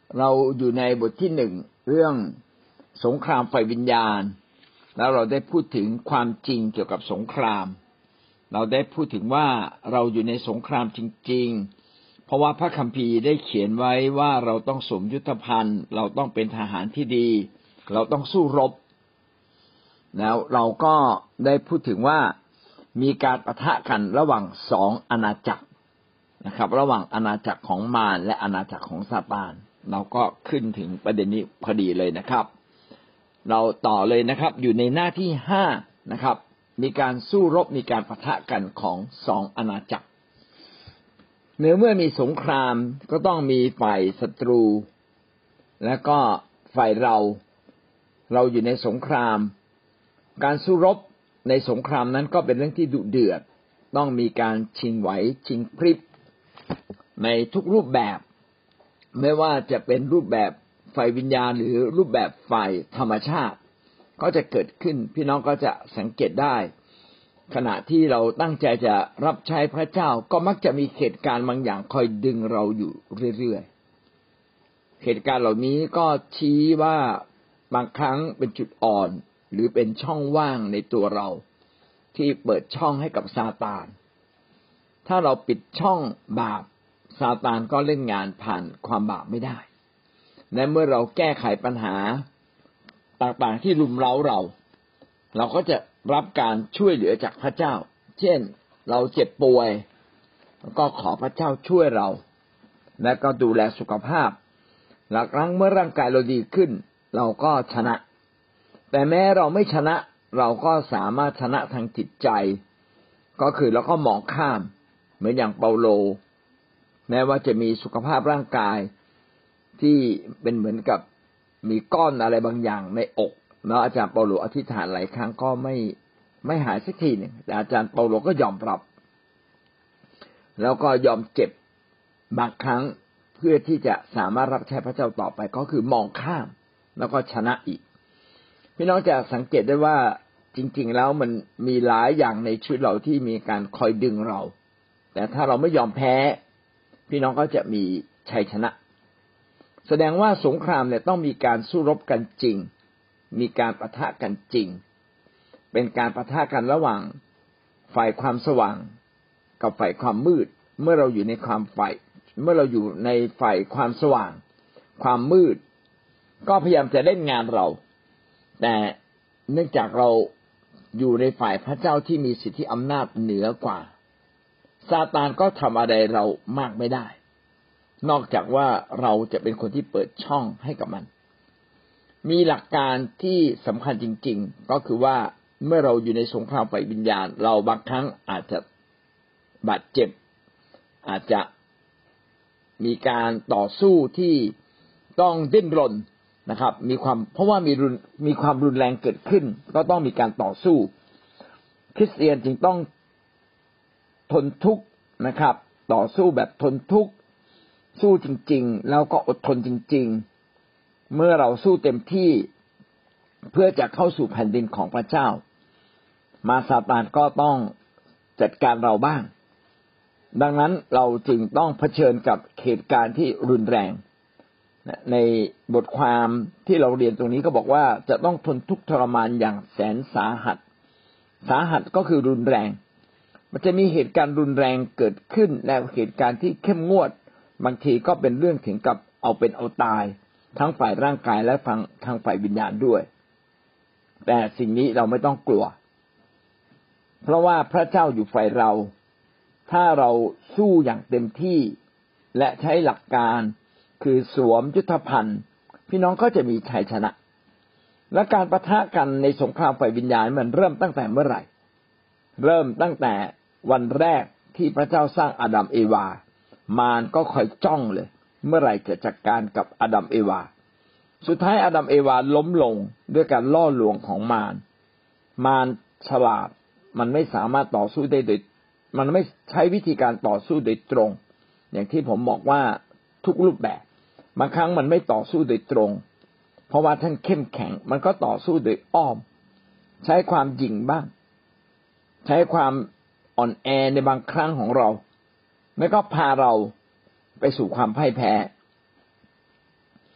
เราอยู่ในบทที่1เรื่องสงครามไฟวิญญาณแล้วเราได้พูดถึงความจริงเกี่ยวกับสงครามเราได้พูดถึงว่าเราอยู่ในสงครามจริงๆเพราะว่าพระคัมภีร์ได้เขียนไว้ว่าเราต้องสวมยุทธภัณฑ์เราต้องเป็นทหารที่ดีเราต้องสู้รบแล้วเราก็ได้พูดถึงว่ามีการปะทะกันระหว่าง2อาณาจักรนะครับระหว่างอาณาจักรของมารและอาณาจักรของซาตานเราก็ขึ้นถึงประเด็นนี้พอดีเลยนะครับเราต่อเลยนะครับอยู่ในหน้าที่5นะครับมีการสู้รบมีการปะทะกันของ2อาณาจักรเมื่อมีสงครามก็ต้องมีฝ่ายศัตรูและก็ฝ่ายเราอยู่ในสงครามการสู้รบในสงครามนั้นก็เป็นเรื่องที่ดุเดือดต้องมีการชิงไหวชิงพริบในทุกรูปแบบไม่ว่าจะเป็นรูปแบบฝ่ายวิญญาณหรือรูปแบบฝ่ายธรรมชาติก็จะเกิดขึ้นพี่น้องก็จะสังเกตได้ขณะที่เราตั้งใจจะรับใช้พระเจ้าก็มักจะมีเหตุการณ์บางอย่างคอยดึงเราอยู่เรื่อยๆเหตุการณ์เหล่านี้ก็ชี้ว่าบางครั้งเป็นจุดอ่อนหรือเป็นช่องว่างในตัวเราที่เปิดช่องให้กับซาตานถ้าเราปิดช่องบาปซาตานก็เล่นงานผ่านความบาปไม่ได้และเมื่อเราแก้ไขปัญหาต่างๆที่รุมเร้าเราก็จะรับการช่วยเหลือจากพระเจ้าเช่นเราเจ็บป่วยก็ขอพระเจ้าช่วยเราและก็ดูแลสุขภาพหลังจากนั้นเมื่อร่างกายเราดีขึ้นเราก็ชนะแต่แม้เราไม่ชนะเราก็สามารถชนะทางจิตใจก็คือเราก็มองข้ามเหมือนอย่างเปาโลแม้ว่าจะมีสุขภาพร่างกายที่เป็นเหมือนกับมีก้อนอะไรบางอย่างในอกแล้วอาจารย์เปาโลอธิษฐานหลายครั้งก็ไม่หายสักทีนึงแต่อาจารย์เปาโลก็ยอมรับแล้วก็ยอมเจ็บบางครั้งเพื่อที่จะสามารถรับใช้พระเจ้าต่อไปก็คือมองข้ามแล้วก็ชนะอีกพี่น้องจะสังเกตได้ว่าจริงๆแล้วมันมีหลายอย่างในชีวิตเราที่มีการคอยดึงเราแต่ถ้าเราไม่ยอมแพ้พี่น้องก็จะมีชัยชนะแสดงว่าสงครามเนี่ยต้องมีการสู้รบกันจริงมีการปะทะกันจริงเป็นการปะทะกันระหว่างฝ่ายความสว่างกับฝ่ายความมืดเมื่อเราอยู่ในฝ่ายความสว่างความมืดก็พยายามจะเล่นงานเราแต่เนื่องจากเราอยู่ในฝ่ายพระเจ้าที่มีสิทธิอำนาจเหนือกว่าซาตานก็ทำอะไรเรามากไม่ได้นอกจากว่าเราจะเป็นคนที่เปิดช่องให้กับมันมีหลักการที่สำคัญจริงๆก็คือว่าเมื่อเราอยู่ในสงครามฝ่ายวิญญาณเราบางครั้งอาจจะบาดเจ็บอาจจะมีการต่อสู้ที่ต้องดิ้นรนนะครับเพราะว่ามีความรุนแรงเกิดขึ้นก็ต้องมีการต่อสู้คริสเตียนจึงต้องทนทุกข์นะครับต่อสู้แบบทนทุกข์สู้จริงๆแล้วก็อดทนจริงๆเมื่อเราสู้เต็มที่เพื่อจะเข้าสู่แผ่นดินของพระเจ้ามาซาตานก็ต้องจัดการเราบ้างดังนั้นเราจึงต้องเผชิญกับเหตุการณ์ที่รุนแรงในบทความที่เราเรียนตรงนี้ก็บอกว่าจะต้องทนทุกข์ทรมานอย่างแสนสาหัสก็คือรุนแรงมันจะมีเหตุการณ์รุนแรงเกิดขึ้นและเหตุการณ์ที่เข้มงวดบางทีก็เป็นเรื่องถึงกับเอาเป็นเอาตายทั้งฝ่ายร่างกายและทางฝ่ายวิญญาณด้วยแต่สิ่งนี้เราไม่ต้องกลัวเพราะว่าพระเจ้าอยู่ฝ่ายเราถ้าเราสู้อย่างเต็มที่และใช้หลักการคือสวมยุทธภัณฑ์พี่น้องก็จะมีชัยชนะและการปะทะกันในสงครามฝ่ายวิญญาณมันเริ่มตั้งแต่เมื่อไหร่เริ่มตั้งแต่วันแรกที่พระเจ้าสร้างอาดัมเอวามารก็คอยจ้องเลยเมื่อไหร่จะจัดการกับอาดัมเอวาสุดท้ายอาดัมเอวาล้มลงด้วยการล่อลวงของมารฉลาดมันไม่สามารถต่อสู้ได้มันไม่ใช้วิธีการต่อสู้โดยตรงอย่างที่ผมบอกว่าทุกรูปแบบบางครั้งมันไม่ต่อสู้โดยตรงเพราะว่าท่านเข้มแข็งมันก็ต่อสู้โดยอ้อมใช้ความหยิ่งบ้างใช้ความอ่อนแอในบางครั้งของเราแล้วก็พาเราไปสู่ความพ่ายแพ้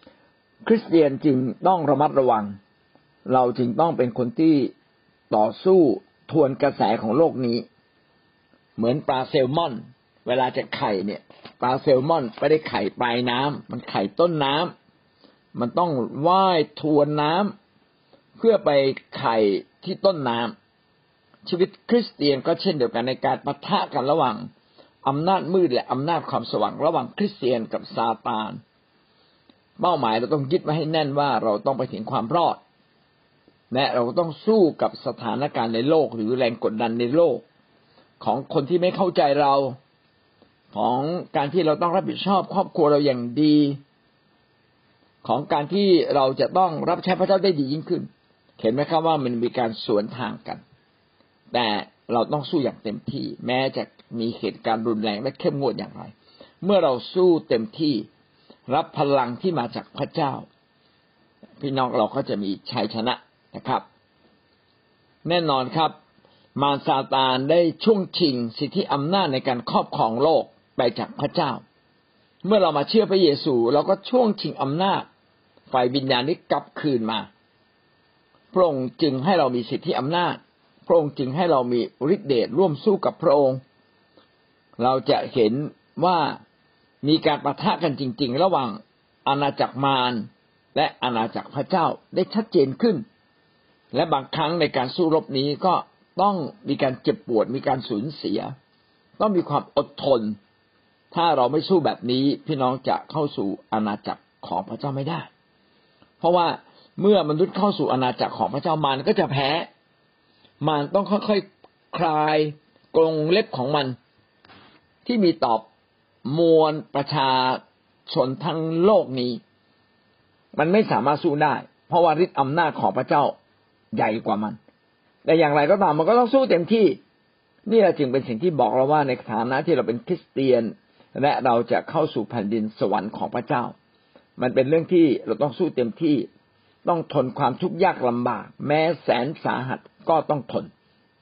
คริสเตียนจึงต้องระมัดระวังเราจึงต้องเป็นคนที่ต่อสู้ทวนกระแสของโลกนี้เหมือนปลาแซลมอนเวลาจะไข่เนี่ยปลาแซลมอนไม่ได้ไข่ปลายน้ำมันไข่ต้นน้ำมันต้องว่ายทวนน้ำเพื่อไปไข่ที่ต้นน้ำชีวิตคริสเตียนก็เช่นเดียวกันในการปะทะกันระหว่างอำนาจมืดและอำนาจความสว่างระหว่างคริสเตียนกับซาตานเป้าหมายเราต้องยึดไว้ให้แน่นว่าเราต้องไปถึงความรอดและเราต้องสู้กับสถานการณ์ในโลกหรือแรงกดดันในโลกของคนที่ไม่เข้าใจเราของการที่เราต้องรับผิดชอบครอบครัวเราอย่างดีของการที่เราจะต้องรับใช้พระเจ้าได้ดียิ่งขึ้นเห็นไหมครับว่ามันมีการสวนทางกันแต่เราต้องสู้อย่างเต็มที่แม้จะมีเหตุการณ์รุนแรงและเข้มงวดอย่างไรเมื่อเราสู้เต็มที่รับพลังที่มาจากพระเจ้าพี่น้องเราก็จะมีชัยชนะนะครับแน่นอนครับมารซาตานได้ช่วงชิงสิทธิอำนาจในการครอบครองโลกไปจากพระเจ้าเมื่อเรามาเชื่อพระเยซูเราก็ช่วงชิงอำนาจฝ่ายวิญญาณนี้กลับคืนมาพระองค์จึงให้เรามีสิทธิอำนาจพระองค์จึงให้เรามีฤทธิ์เดชร่วมสู้กับพระองค์เราจะเห็นว่ามีการปะทะกันจริงๆระหว่างอาณาจักรมารและอาณาจักรพระเจ้าได้ชัดเจนขึ้นและบางครั้งในการสู้รบนี้ก็ต้องมีการเจ็บปวดมีการสูญเสียต้องมีความอดทนถ้าเราไม่สู้แบบนี้พี่น้องจะเข้าสู่อาณาจักรของพระเจ้าไม่ได้เพราะว่าเมื่อมนุษย์เข้าสู่อาณาจักรของพระเจ้ามารก็จะแพ้มารต้องค่อยๆคลายกรงเล็บของมันที่มีต่อมวลประชาชนทั้งโลกนี้มันไม่สามารถสู้ได้เพราะว่าฤทธิ์อำนาจของพระเจ้าใหญ่กว่ามันแต่อย่างไรก็ตามมันก็ต้องสู้เต็มที่นี่แหละจึงเป็นสิ่งที่บอกเราว่าในฐานะที่เราเป็นคริสเตียนและเราจะเข้าสู่แผ่นดินสวรรค์ของพระเจ้ามันเป็นเรื่องที่เราต้องสู้เต็มที่ต้องทนความทุกข์ยากลำบากแม้แสนสาหัสก็ต้องทน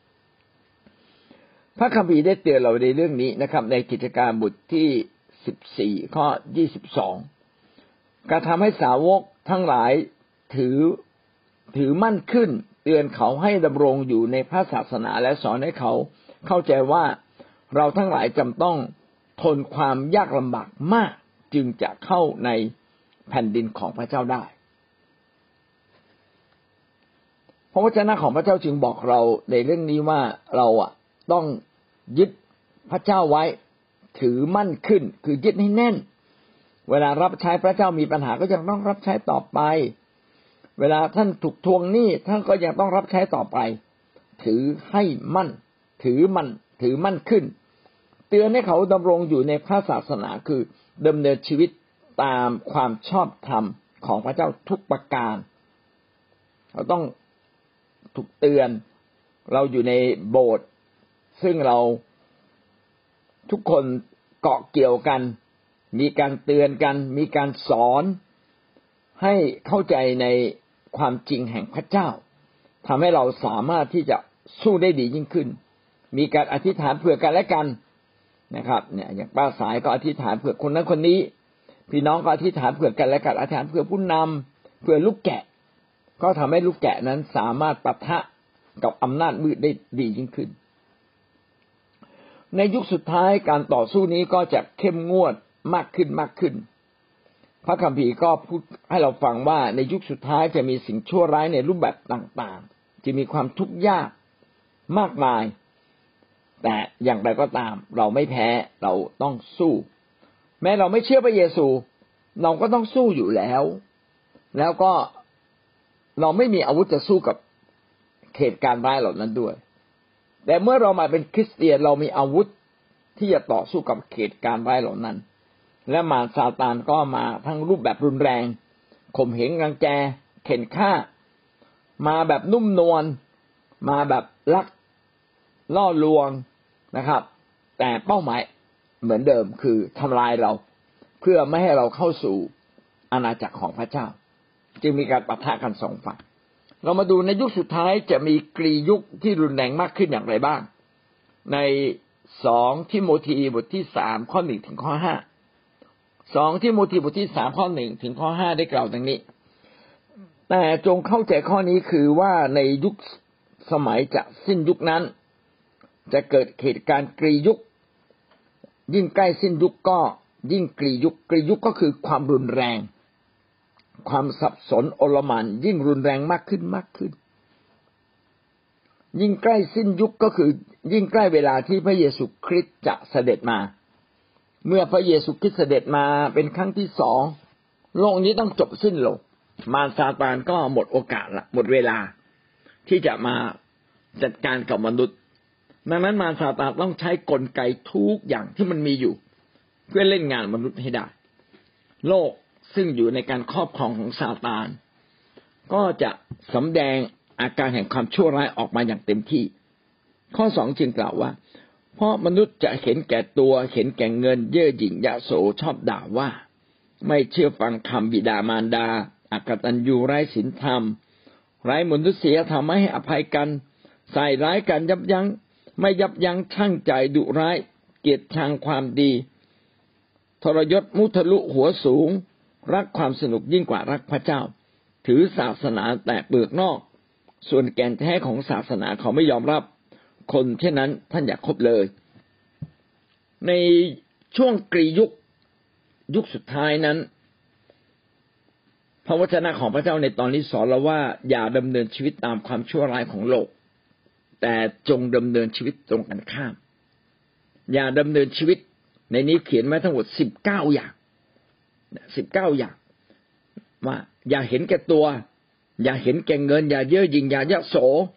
พระคัมภีร์ได้เตือนเราในเรื่องนี้นะครับในกิจการบทที่14ข้อ22การทำให้สาวกทั้งหลายถือมั่นขึ้นเตือนเขาให้ดำรงอยู่ในพระศาสนาและสอนให้เขาเข้าใจว่าเราทั้งหลายจำต้องทนความยากลำบากมากจึงจะเข้าในแผ่นดินของพระเจ้าได้พระวจนะของพระเจ้าจึงบอกเราในเรื่องนี้ว่าเราต้องยึดพระเจ้าไว้ถือมั่นขึ้นคือยึดให้แน่นเวลารับใช้พระเจ้ามีปัญหาก็ยังต้องรับใช้ต่อไปเวลาท่านถูกทวงหนี้ท่านก็ยังต้องรับใช้ต่อไปถือให้มั่นถือมั่นขึ้นเตือนให้เขาดำรงอยู่ในพระศาสนาคือดำเนินชีวิตตามความชอบธรรมของพระเจ้าทุกประการเราต้องถูกเตือนเราอยู่ในโบสถ์ซึ่งเราทุกคนเกาะเกี่ยวกันมีการเตือนกันมีการสอนให้เข้าใจในความจริงแห่งพระเจ้าทำให้เราสามารถที่จะสู้ได้ดียิ่งขึ้นมีการอธิษฐานเผื่อกันและกันนะครับเนี่ยอย่างป้าสายก็อธิษฐานเผื่อคนนั้นคนนี้พี่น้องก็อธิษฐานเผื่อกันและกันอธิษฐานเผื่อผู้นำเผื่อลูกแกะก็ทำให้ลูกแกะนั้นสามารถปะทะกับอำนาจมืดได้ดียิ่งขึ้นในยุคสุดท้ายการต่อสู้นี้ก็จะเข้มงวดมากขึ้นพระคัมภีร์ก็พูดให้เราฟังว่าในยุคสุดท้ายจะมีสิ่งชั่วร้ายในรูปแบบต่างๆจะมีความทุกข์ยากมากมายแต่อย่างไรก็ตามเราไม่แพ้เราต้องสู้แม้เราไม่เชื่อพระเยซูเราก็ต้องสู้อยู่แล้วก็เราไม่มีอาวุธจะสู้กับเหตุการณ์ร้ายเหล่านั้นด้วยแต่เมื่อเรามาเป็นคริสเตียนเรามีอาวุธที่จะต่อสู้กับเหตุการณ์ร้ายเหล่านั้นและมารซาตานก็มาทั้งรูปแบบรุนแรงข่มเหงรังแกเข็นฆ่ามาแบบนุ่มนวลมาแบบลักล่อลวงนะครับแต่เป้าหมายเหมือนเดิมคือทำลายเราเพื่อไม่ให้เราเข้าสู่อาณาจักรของพระเจ้าจึงมีการปะทะกันสองฝั่งเรามาดูในยุคสุดท้ายจะมีกรียุคที่รุนแรงมากขึ้นอย่างไรบ้างใน2ทิโมธีบทที่3ข้อ1ถึงข้อ5 2 ทิโมธีบทที่3ข้อ1ถึงข้อ5ได้กล่าวดังนี้แต่จงเข้าใจข้อนี้คือว่าในยุคสมัยจะสิ้นยุคนั้นจะเกิดเหตุการณ์กรียุคยิ่งใกล้สิ้นยุคก็ยิ่งกรียุคก็คือความรุนแรงความสับสนโอลหม่านยิ่งรุนแรงมากขึ้นยิ่งใกล้สิ้นยุคก็คือยิ่งใกล้เวลาที่พระเยซูคริสต์จะเสด็จมาเมื่อพระเยซูคริสต์เสด็จมาเป็นครั้งที่2โลกนี้ต้องจบสิ้นลงมารซาตานก็หมดโอกาสละหมดเวลาที่จะมาจัดการกับมนุษย์ดังนั้นมารซาตานต้องใช้กลไกทุกอย่างที่มันมีอยู่เพื่อเล่นงานมนุษย์ให้ได้โลกซึ่งอยู่ในการครอบครองของซาตานก็จะสำแดงอาการแห่งความชั่วร้ายออกมาอย่างเต็มที่ข้อ2จึงกล่าวว่าเพราะมนุษย์จะเห็นแก่ตัวเห็นแก่เงินเย่อหยิ่งยโสชอบด่าว่าไม่เชื่อฟังคำบิดามารดาอกตัญญูไร้ศีลธรรมไร้มนุษยธรรมไม่ให้อภัยกันใส่ร้ายกันยับยั้งไม่ยับยั้งชั่งใจดุร้ายเกลียดชังความดีทรยศมุทะลุหัวสูงรักความสนุกยิ่งกว่ารักพระเจ้าถือศาสนาแต่เปลือกนอกส่วนแก่นแท้ของศาสนาเขาไม่ยอมรับคนเช่นนั้นท่านอย่าคบเลยในช่วงกรียุคสุดท้ายนั้นพระวจนะของพระเจ้าในตอนนี้สอนเราว่าอย่าดำเนินชีวิตตามความชั่วร้ายของโลกแต่จงดำเนินชีวิตตรงกันข้ามอย่าดำเนินชีวิตในนี้เขียนไว้ทั้งหมด19อย่างว่าอย่าเห็นแก่ตัวอย่าเห็นแก่เงินอย่าเย่อหยิ่งอย่ายโส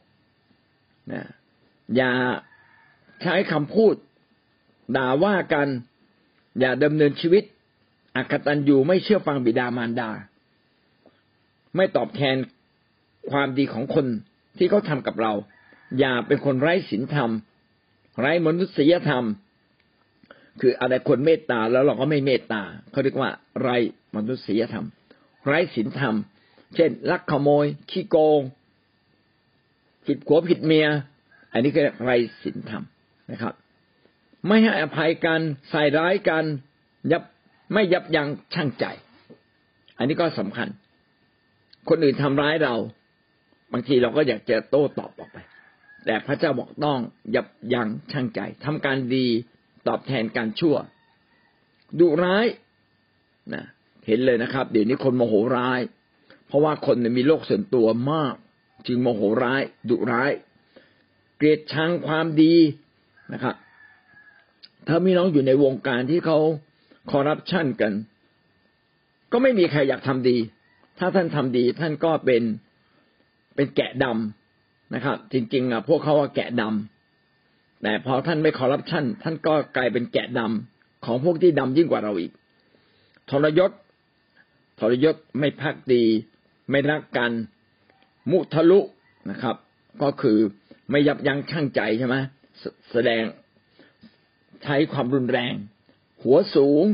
อย่าใช้คำพูดด่าว่ากันอย่าดำเนินชีวิตอกตัญญูไม่เชื่อฟังบิดามารดาไม่ตอบแทนความดีของคนที่เขาทำกับเราอย่าเป็นคนไร้ศีลธรรมไร้มนุษยธรรมคืออะไรคนเมตตาแล้วเราก็ไม่เมตตาเขาเรียกว่าไร้มนุษยธรรมไร้ศีลธรรมเช่นลักขโมยขี้โกงผิดผัวผิดเมียอันนี้คือไร้ศีลธรรมนะครับไม่ให้อภัยกันใส่ร้ายกันไม่ยับยั้งชั่งใจอันนี้ก็สำคัญคนอื่นทำร้ายเราบางทีเราก็อยากจะโต้ตอบออกไปแต่พระเจ้าบอกต้องยับยั้งชั่งใจทำการดีตอบแทนการชั่วดุร้ายนะเห็นเลยนะครับเดี๋ยวนี้คนโมโหร้ายเพราะว่าคนมีโลกส่วนตัวมากจึงโมโหร้ายดุร้ายเกลียดชังความดีนะครับถ้ามีน้องอยู่ในวงการที่เขาคอร์รัปชันกันก็ไม่มีใครอยากทำดีถ้าท่านทำดีท่านก็เป็นแกะดำนะครับจริงๆพวกเขาว่าแกะดำแต่พอท่านไม่คอร์รัปชันท่านก็กลายเป็นแกะดำของพวกที่ดำยิ่งกว่าเราอีกทรยศไม่ภักดีไม่รักกันมุทะลุนะครับก็คือไม่ยับยั้งชั่งใจใช่ไหมแสดงใช้ความรุนแรงหัวสูง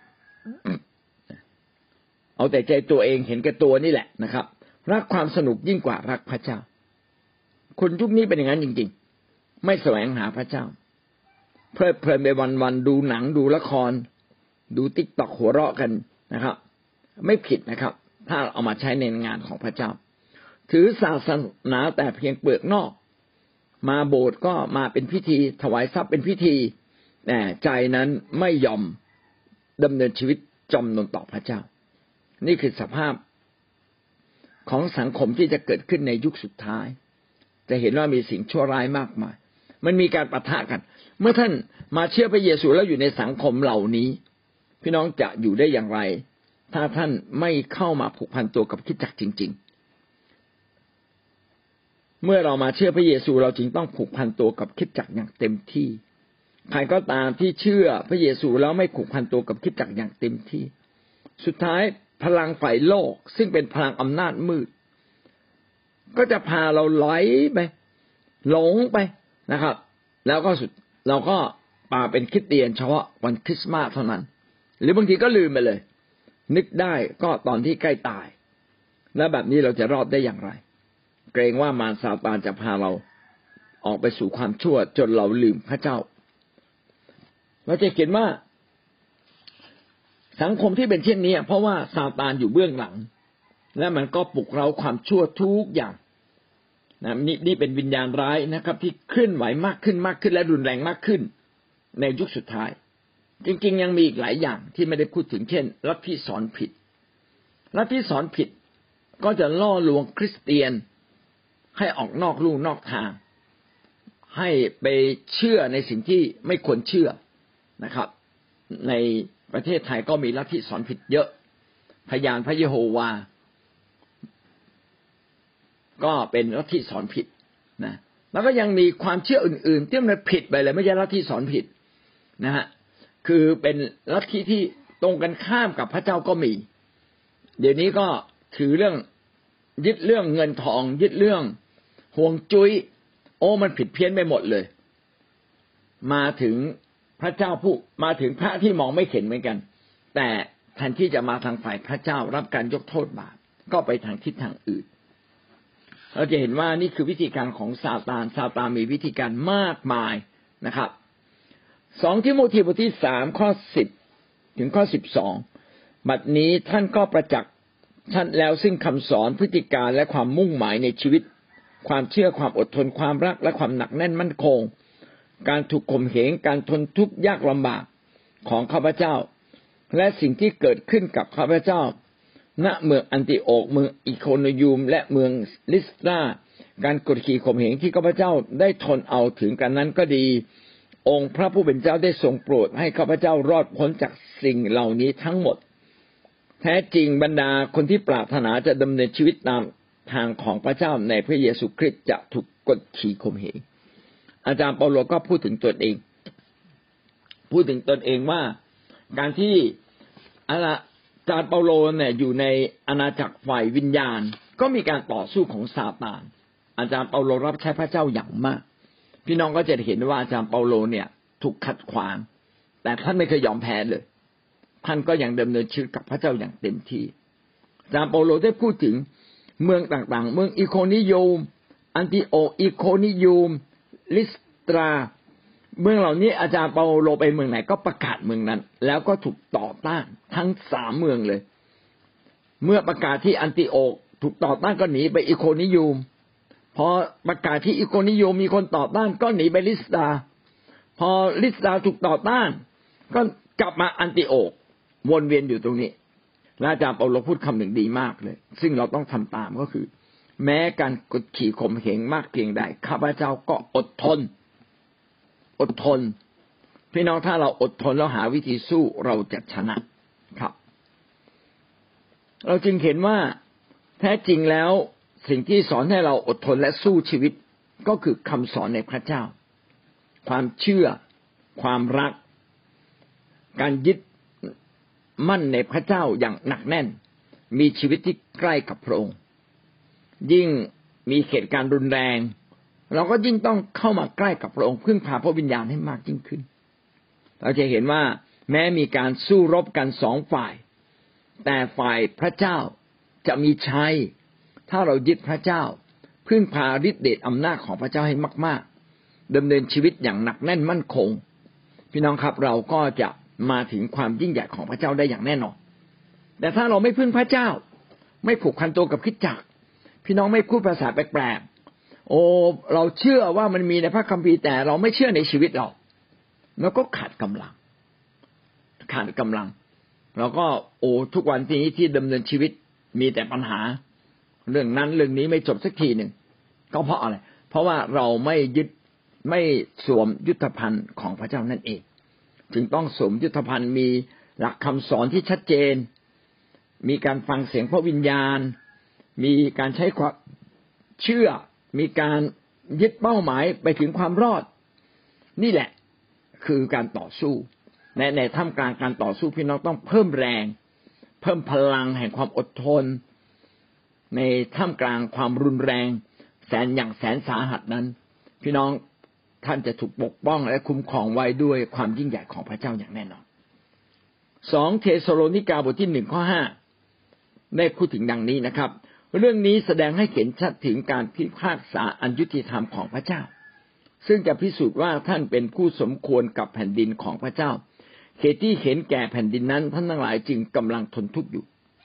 เอาแต่ใจตัวเองเห็นแก่ตัวนี่แหละนะครับรักความสนุกยิ่งกว่ารักพระเจ้าคนยุคนี้เป็นอย่างนั้นจริงๆไม่แสวงหาพระเจ้าเพลิดเพลินไปวันๆดูหนังดูละครดูติ๊กต็อกหัวเราะกันนะครับไม่ผิดนะครับถ้าเอามาใช้ในงานของพระเจ้าถือศาสนาแต่เพียงเปลือกนอกมาโบสถ์ก็มาเป็นพิธีถวายทรัพย์เป็นพิธีแต่ใจนั้นไม่ยอมดำเนินชีวิตจอมนนต่อพระเจ้านี่คือสภาพของสังคมที่จะเกิดขึ้นในยุคสุดท้ายจะเห็นว่ามีสิ่งชั่วร้ายมากมายมันมีการปะทะกันเมื่อท่านมาเชื่อพระเยซูแล้วอยู่ในสังคมเหล่านี้พี่น้องจะอยู่ได้อย่างไรถ้าท่านไม่เข้ามาผูกพันตัวกับคริสตจักรจริงๆเมื่อเรามาเชื่อพระเยซูเราจึงต้องผูกพันตัวกับคริสตจักรอย่างเต็มที่ใครก็ตามที่เชื่อพระเยซูแล้วไม่ผูกพันตัวกับคริสตจักรอย่างเต็มที่สุดท้ายพลังฝ่ายโลกซึ่งเป็นพลังอำนาจมืดก็จะพาเราไหลไปหลงไปนะครับแล้วก็เราก็มาเป็นคริสเตียนเฉพาะวันคริสต์มาสเท่านั้นหรือบางทีก็ลืมไปเลยนึกได้ก็ตอนที่ใกล้ตายแล้วแบบนี้เราจะรอดได้อย่างไรเกรงว่ามารซาตานจะพาเราออกไปสู่ความชั่วจนเราลืมพระเจ้าเราจะเห็นว่าสังคมที่เป็นเช่นนี้เพราะว่าซาตานอยู่เบื้องหลังและมันก็ปลุกเร้าความชั่วทุกอย่างนะนี่เป็นวิญญาณร้ายนะครับที่เคลื่อนไหวมากขึ้นและรุนแรงมากขึ้นในยุคสุดท้ายจริงๆยังมีอีกหลายอย่างที่ไม่ได้พูดถึงเช่นลัทธิสอนผิดลัทธิสอนผิดก็จะล่อลวงคริสเตียนให้ออกนอกลู่นอกทางให้ไปเชื่อในสิ่งที่ไม่ควรเชื่อนะครับในประเทศไทยก็มีลัทธิสอนผิดเยอะพยานพระเยโฮวาก็เป็นลัทธิสอนผิดนะแล้วก็ยังมีความเชื่ออื่นๆที่มันผิดไปเลยไม่ใช่ลัทธิสอนผิดนะฮะคือเป็นลัทธิที่ตรงกันข้ามกับพระเจ้าก็มีเดี๋ยวนี้ก็ถือเรื่องยึดเรื่องเงินทองยึดเรื่องห่วงจุ้ยมันผิดเพี้ยนไปหมดเลยมาถึงพระเจ้าผู้มาถึงพระที่มองไม่เห็นเหมือนกันแต่แทนที่จะมาทางฝ่ายพระเจ้ารับการยกโทษบาปก็ไปทางทิศทางอื่นเราจะเห็นว่านี่คือวิธีการของซาตานมีวิธีการมากมายนะครับ2ทิโมธีบทที่3ข้อ10ถึงข้อ12บัดนี้ท่านก็ประจักษ์ชัดแล้วซึ่งคำสอนพฤติการและความมุ่งหมายในชีวิตความเชื่อความอดทนความรักและความหนักแน่นมั่นคงการถูกข่มเหงการทนทุกข์ยากลำบากของข้าพเจ้าและสิ่งที่เกิดขึ้นกับข้าพเจ้าณเมืองอันติโอกเมืองอิโคนิยูมและเมืองลิสตราการกดขี่ข่มเหงที่ข้าพเจ้าได้ทนเอาถึงกันนั้นก็ดีองค์พระผู้เป็นเจ้าได้ทรงโปรดให้ข้าพเจ้ารอดพ้นจากสิ่งเหล่านี้ทั้งหมดแท้จริงบรรดาคนที่ปรารถนาจะดำเนินชีวิตตามทางของพระเจ้าในพระเยซูคริสต์จะถูกกดขี่ข่มเหงอาจารย์เปาโลก็พูดถึงตนเองว่าการที่อาจารย์เปาโลเนี่ยอยู่ในอาณาจักรฝ่ายวิญญาณก็มีการต่อสู้ของซาตานอาจารย์เปาโลรับใช้พระเจ้าอย่างมากพี่น้องก็จะเห็นว่าอาจารย์เปาโลเนี่ยถูกขัดขวางแต่ท่านไม่เคยยอมแพ้เลยท่านก็ยังดำเนินชีวิตกับพระเจ้าอย่างเต็มที่อาจารย์เปาโลได้พูดถึงเมืองต่างๆเมืองอิโคนิยูมอันติโออิโคนิยูมลิสตราเมืองเหล่านี้อาจารย์เปาโลไปเมืองไหนก็ประกาศเมืองนั้นแล้วก็ถูกต่อต้านทั้ง3เมืองเลยเมื่อประกาศที่อันติโอกถูกต่อต้านก็หนีไปอิโคนิยูมพอประกาศที่อิโคนิยูมมีคนต่อต้านก็หนีไปลิสตราพอลิสตราถูกต่อต้านก็กลับมาอันติโอกวนเวียนอยู่ตรงนี้อาจารย์เปาโลพูดคำหนึ่งดีมากเลยซึ่งเราต้องทำตามก็คือแม้การกดขี่ข่มเหงมากเพียงใดข้าพเจ้าก็อดทนพี่น้องถ้าเราอดทนแล้วหาวิธีสู้เราจะชนะครับเราจึงเห็นว่าแท้จริงแล้วสิ่งที่สอนให้เราอดทนและสู้ชีวิตก็คือคำสอนในพระเจ้าความเชื่อความรักการยึดมั่นในพระเจ้าอย่างหนักแน่นมีชีวิตที่ใกล้กับพระองค์ยิ่งมีเหตุการณ์รุนแรงเราก็ยิ่งต้องเข้ามาใกล้กับพระองค์พึ่งพาพระวิญญาณให้มากยิ่งขึ้นเราจะเห็นว่าแม้มีการสู้รบกัน2ฝ่ายแต่ฝ่ายพระเจ้าจะมีชัยถ้าเรายึดพระเจ้าพึ่งพาฤทธิ์เดชอำนาจของพระเจ้าให้มากๆดำเนินชีวิตอย่างหนักแน่นมั่นคงพี่น้องครับเราก็จะมาถึงความยิ่งใหญ่ของพระเจ้าได้อย่างแน่นอนแต่ถ้าเราไม่พึ่งพระเจ้าไม่ผูกพันตัวกับคริสตจักรพี่น้องไม่พูดภาษาแปลกๆเราเชื่อว่ามันมีในพระคัมภีร์แต่เราไม่เชื่อในชีวิตเราแล้วก็ขาดกำลังเราก็ทุกวันนี้ที่ดำเนินชีวิตมีแต่ปัญหาเรื่องนั้นเรื่องนี้ไม่จบสักทีหนึ่งก็เพราะอะไรเพราะว่าเราไม่สวมยุทธภัณฑ์ของพระเจ้านั่นเองจึงต้องสวมยุทธภัณฑ์มีหลักคำสอนที่ชัดเจนมีการฟังเสียงพระวิญญาณมีการใช้ความเชื่อมีการยึดเป้าหมายไปถึงความรอดนี่แหละคือการต่อสู้ในท่ามกลางการต่อสู้พี่น้องต้องเพิ่มแรงเพิ่มพลังแห่งความอดทนในท่ามกลางความรุนแรงแสนสาหัสนั้นพี่น้องท่านจะถูกปกป้องและคุ้มครองไว้ด้วยความยิ่งใหญ่ของพระเจ้าอย่างแน่นอน2เธสโลนิกาบทที่1ข้อ5ได้พูดถึงดังนี้นะครับเรื่องนี้แสดงให้เห็นชัดถึงการพิพากษาอันยุติธรรมของพระเจ้าซึ่งจะพิสูจน์ว่าท่านเป็นผู้สมควรกับแผ่นดินของพระเจ้าเหตุที่เห็นแก่แผ่นดินนั้นท่านทั้งหลายจึงกำลังทนทุกข์อยู่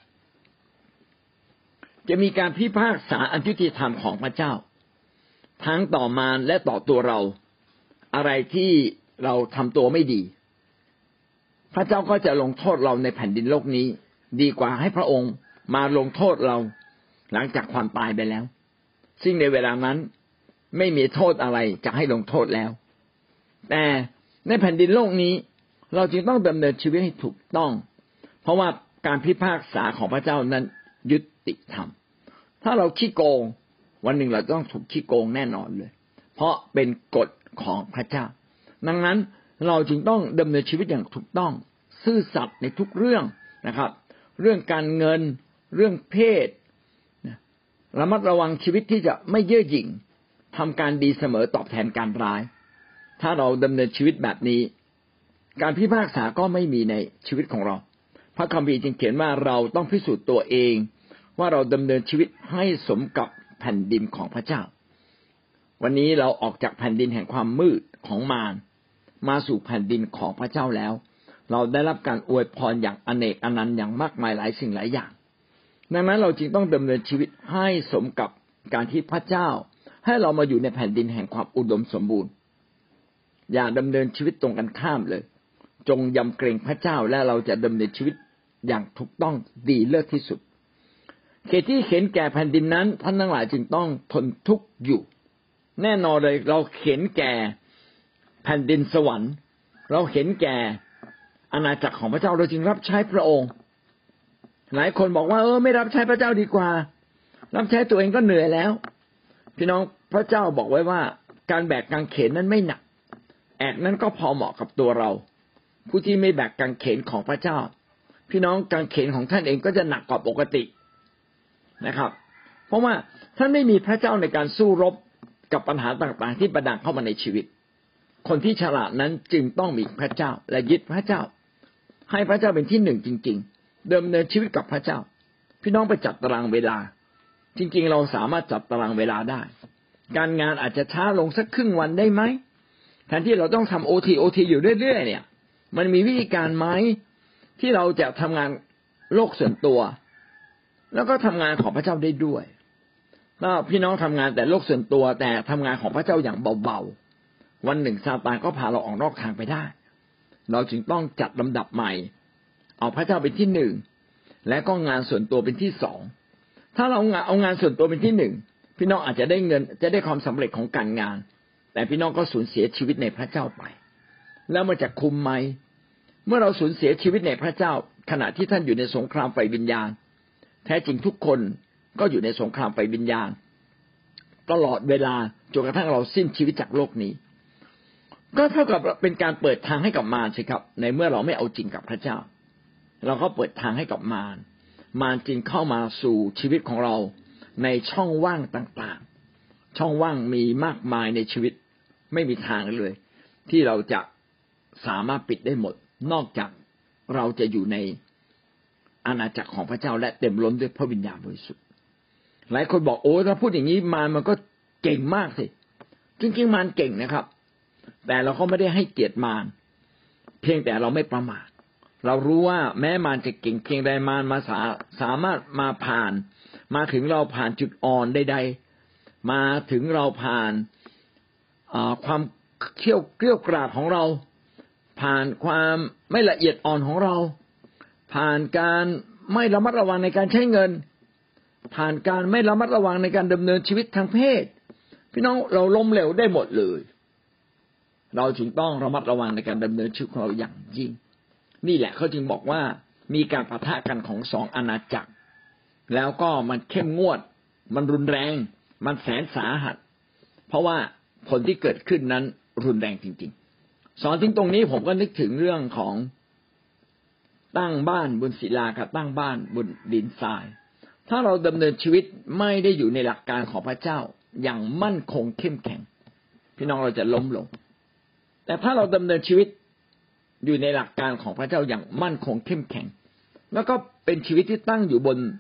จะมีการพิพากษาอันยุติธรรมของพระเจ้าทั้งต่อมารและต่อตัวเราอะไรที่เราทำตัวไม่ดีพระเจ้าก็จะลงโทษเราในแผ่นดินโลกนี้ดีกว่าให้พระองค์มาลงโทษเราหลังจากความตายไปแล้วซึ่งในเวลานั้นไม่มีโทษอะไรจะให้ลงโทษแล้วแต่ในแผ่นดินโลกนี้เราจึงต้องดำเนินชีวิตให้ถูกต้องเพราะว่าการพิพากษาของพระเจ้านั้นยุติธรรมถ้าเราขี้โกงวันหนึ่งเราต้องถูกขี้โกงแน่นอนเลยเพราะเป็นกฎของพระเจ้าดังนั้นเราจึงต้องดำเนินชีวิตอย่างถูกต้องซื่อสัตย์ในทุกเรื่องนะครับเรื่องการเงินเรื่องเพศระมัดระวังชีวิตที่จะไม่เย่อหยิ่งทำการดีเสมอตอบแทนการร้ายถ้าเราดำเนินชีวิตแบบนี้การพิพากษาก็ไม่มีในชีวิตของเราพระคัมภีร์จึงเขียนว่าเราต้องพิสูจน์ตัวเองว่าเราดำเนินชีวิตให้สมกับแผ่นดินของพระเจ้าวันนี้เราออกจากแผ่นดินแห่งความมืดของมารมาสู่แผ่นดินของพระเจ้าแล้วเราได้รับการอวยพรอย่างอเนกอนันต์อย่างมากมายหลายสิ่งหลายอย่างดังนั้นเราจึงต้องดำเนินชีวิตให้สมกับการที่พระเจ้าให้เรามาอยู่ในแผ่นดินแห่งความอุดมสมบูรณ์อย่าดำเนินชีวิตตรงกันข้ามเลยจงยำเกรงพระเจ้าและเราจะดำเนินชีวิตอย่างถูกต้องดีเลิศที่สุดเหตุที่เห็นแก่แผ่นดินนั้นท่านทั้งหลายจึงต้องทนทุกข์อยู่แน่นอนเลยเราเห็นแก่แผ่นดินสวรรค์เราเห็นแก่อาณาจักรของพระเจ้าเราจึงรับใช้พระองค์หลายคนบอกว่าไม่รับใช้พระเจ้าดีกว่ารับใช้ตัวเองก็เหนื่อยแล้วพี่น้องพระเจ้าบอกไว้ว่าการแบกกางเขนนั้นไม่หนักแอกนั้นก็พอเหมาะกับตัวเราผู้ที่ไม่แบกกางเขนของพระเจ้าพี่น้องกางเขนของท่านเองก็จะหนักกว่าปกตินะครับเพราะว่าท่านไม่มีพระเจ้าในการสู้รบกับปัญหาต่างๆที่ประดังเข้ามาในชีวิตคนที่ฉลาดนั้นจึงต้องมีพระเจ้าและยึดพระเจ้าให้พระเจ้าเป็นที่หนึ่งจริงๆดำเนินชีวิตกับพระเจ้าพี่น้องไปจัดตารางเวลาจริงๆเราสามารถจัดตารางเวลาได้การงานอาจจะช้าลงสักครึ่งวันได้ไหมแทนที่เราต้องทำโอทีอยู่เรื่อยๆเนี่ยมันมีวิธีการไหมที่เราจะทำงานโลกส่วนตัวแล้วก็ทำงานของพระเจ้าได้ด้วยถ้าพี่น้องทำงานแต่โลกส่วนตัวแต่ทำงานของพระเจ้าอย่างเบาๆวันหนึ่งซาตานก็พาเราออกนอกทางไปได้เราจึงต้องจัดลำดับใหม่เอาพระเจ้าเป็นที่หนึ่งและก็งานส่วนตัวเป็นที่สองถ้าเราเอางานส่วนตัวเป็นที่หนึ่งพี่น้องอาจจะได้เงินจะได้ความสำเร็จของการงานแต่พี่น้องก็สูญเสียชีวิตในพระเจ้าไปแล้วมันจะคุ้มไหมเมื่อเราสูญเสียชีวิตในพระเจ้าขณะที่ท่านอยู่ในสงครามไฟวิญญาณแท้จริงทุกคนก็อยู่ในสงครามไฟวิญญาณตลอดเวลาจนกระทั่งเราสิ้นชีวิตจากโลกนี้ก็เท่ากับเป็นการเปิดทางให้กับมารสิครับในเมื่อเราไม่เอาจริงกับพระเจ้าเราก็เปิดทางให้กับมารจึงเข้ามาสู่ชีวิตของเราในช่องว่างต่างๆช่องว่างมีมากมายในชีวิตไม่มีทางเลยที่เราจะสามารถปิดได้หมดนอกจากเราจะอยู่ในอาณาจักรของพระเจ้าและเต็มล้นด้วยพระวิญญาณบริสุทธิ์หลายคนบอกถ้าพูดอย่างนี้มารมันก็เก่งมากสิจริงๆมารเก่งนะครับแต่เราก็ไม่ได้ให้เกียรติมารเพียงแต่เราไม่ประมาทเรารู้ว่าแม้มารจะเก่งเพียงใดมารมาสามารถมาผ่านมาถึงเราผ่านจุดอ่อนใดๆมาถึงเราผ่านความเกรี้ยวกราดของเราผ่านความไม่ละเอียดอ่อนของเราผ่านการไม่ระมัดระวังในการใช้เงินผ่านการไม่ระมัดระวังในการดำเนินชีวิตทางเพศพี่น้องเราล้มเหลวได้หมดเลยเราจึงต้องระมัดระวังในการดำเนินชีวิตของเราอย่างยิ่งนี่แหละเขาจึงบอกว่ามีการปะทะกันของสองอาณาจักรแล้วก็มันเข้มงวดมันรุนแรงมันแสนสาหัสเพราะว่าผลที่เกิดขึ้นนั้นรุนแรงจริงๆสอนถึงตรงนี้ผมก็นึกถึงเรื่องของตั้งบ้านบนศิลากับตั้งบ้านบนดินทรายถ้าเราดำเนินชีวิตไม่ได้อยู่ในหลักการของพระเจ้าอย่างมั่นคงเข้มแข็งพี่น้องเราจะล้มลงแต่ถ้าเราดำเนินชีวิตอยู่ในหลักการของพระเจ้าอย่างมั่นคงเข้มแข็งแล้วก็เป็นชีวิตที่ตั้งอยู่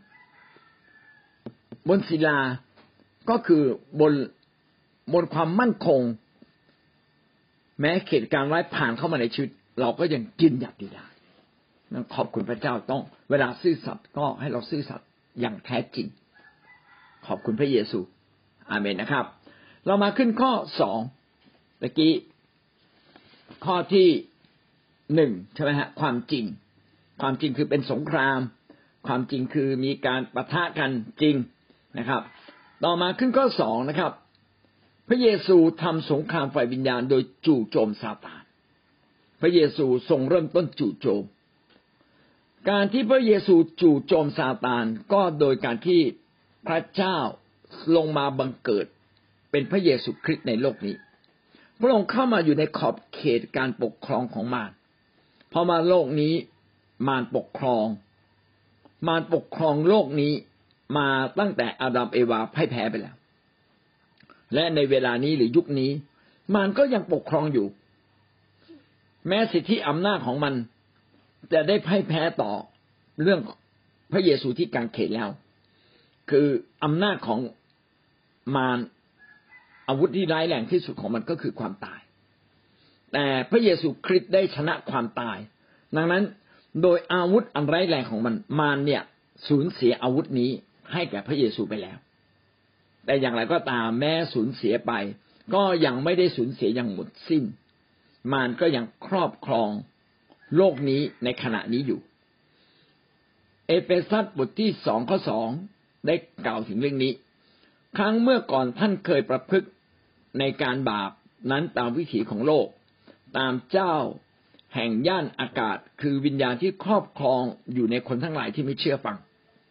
บนศิลาก็คือบนความมั่นคงแม้เหตุการณ์ร้ายผ่านเข้ามาในชีวิตเราก็ยังยืนหยัดอยู่ได้ขอบคุณพระเจ้าต้องเวลาซื่อสัตย์ก็ให้เราซื่อสัตย์อย่างแท้จริงขอบคุณพระเยซูอาเมนนะครับเรามาขึ้นข้อ2ตะกี้ข้อที่1ใช่ไหมฮะความจริงคือเป็นสงครามความจริงคือมีการปะทะกันจริงนะครับต่อมาขึ้นข้อ2นะครับพระเยซูทำสงครามฝ่ายวิญญาณโดยจู่โจมซาตานพระเยซูทรงเริ่มต้นจู่โจมการที่พระเยซูจู่โจมซาตานก็โดยการที่พระเจ้าลงมาบังเกิดเป็นพระเยซูคริสต์ในโลกนี้พระองค์เข้ามาอยู่ในขอบเขตการปกครองของมารพอมาโลกนี้มารปกครองโลกนี้มาตั้งแต่อาดัมเอวาพ่ายแพ้ไปแล้วและในเวลานี้หรือยุคนี้มารก็ยังปกครองอยู่แม้สิทธิอำนาจของมันจะได้พ่ายแพ้ต่อเรื่องพระเยซูที่กางเขนแล้วคืออำนาจของมารอาวุธที่ร้ายแรงที่สุดของมันก็คือความตายแต่พระเยซูคริสต์ได้ชนะความตายดังนั้นโดยอาวุธอันร้ายแรงของมันมารเนี่ยสูญเสียอาวุธนี้ให้แก่พระเยซูไปแล้วแต่อย่างไรก็ตามแม้สูญเสียไปก็ยังไม่ได้สูญเสียอย่างหมดสิ้นมารก็ยังครอบครองโลกนี้ในขณะนี้อยู่เอเฟซัสบทที่2ข้อ2ได้กล่าวถึงเรื่องนี้ครั้งเมื่อก่อนท่านเคยประพฤติในการบาปนั้นตามวิถีของโลกตามเจ้าแห่งย่านอากาศคือวิญญาณที่ครอบครองอยู่ในคนทั้งหลายที่ไม่เชื่อฟัง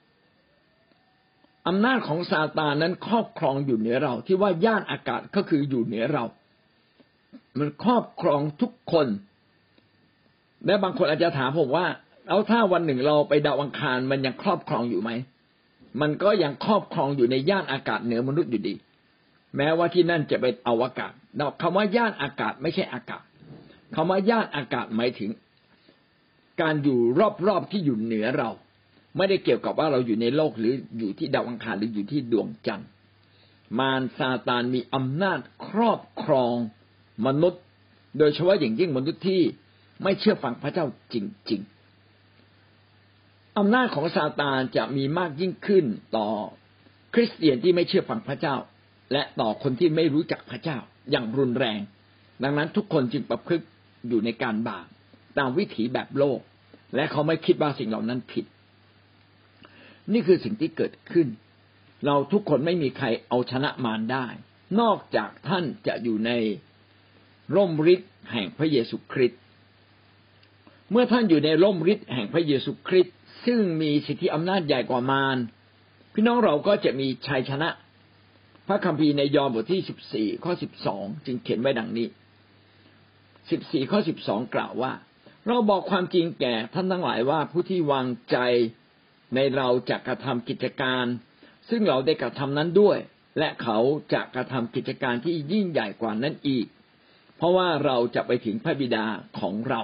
อำนาจของซาตานนั้นครอบครองอยู่เหนือเราที่ว่าย่านอากาศก็คืออยู่เหนือเรามันครอบครองทุกคนและบางคนอาจจะถามผมว่าแล้วถ้าวันหนึ่งเราไปดาวอังคารมันยังครอบครองอยู่ไหมมันก็ยังครอบครองอยู่ในย่านอากาศเหนือมนุษย์อยู่ดีแม้ว่าที่นั่นจะเป็นอวกาศคำว่าย่านอากาศไม่ใช่อากาศคำว่าย่านอากาศหมายถึงการอยู่รอบๆที่อยู่เหนือเราไม่ได้เกี่ยวกับว่าเราอยู่ในโลกหรืออยู่ที่ดาวอังคารหรืออยู่ที่ดวงจันทร์มารซาตานมีอำนาจครอบครองมนุษย์โดยเฉพาะอย่างยิ่งมนุษย์ที่ไม่เชื่อฟังพระเจ้าจริงๆอำนาจของซาตานจะมีมากยิ่งขึ้นต่อคริสเตียนที่ไม่เชื่อฟังพระเจ้าและต่อคนที่ไม่รู้จักพระเจ้าอย่างรุนแรงดังนั้นทุกคนจึงประพฤติอยู่ในการบาปตามวิถีแบบโลกและเขาไม่คิดว่าสิ่งเหล่านั้นผิดนี่คือสิ่งที่เกิดขึ้นเราทุกคนไม่มีใครเอาชนะมารได้นอกจากท่านจะอยู่ในร่มฤทธิ์แห่งพระเยซูคริสต์เมื่อท่านอยู่ในร่มฤทธิ์แห่งพระเยซูคริสต์ซึ่งมีสิทธิอำนาจใหญ่กว่ามารพี่น้องเราก็จะมีชัยชนะพระคัมภีร์ในยอห์นบทที่14ข้อ12จึงเขียนไว้ดังนี้14ข้อ12กล่าวว่าเราบอกความจริงแก่ท่านทั้งหลายว่าผู้ที่วางใจในเราจะกระทำกิจการซึ่งเราได้กระทำนั้นด้วยและเขาจะกระทำกิจการที่ยิ่งใหญ่กว่านั้นอีกเพราะว่าเราจะไปถึงพระบิดาของเรา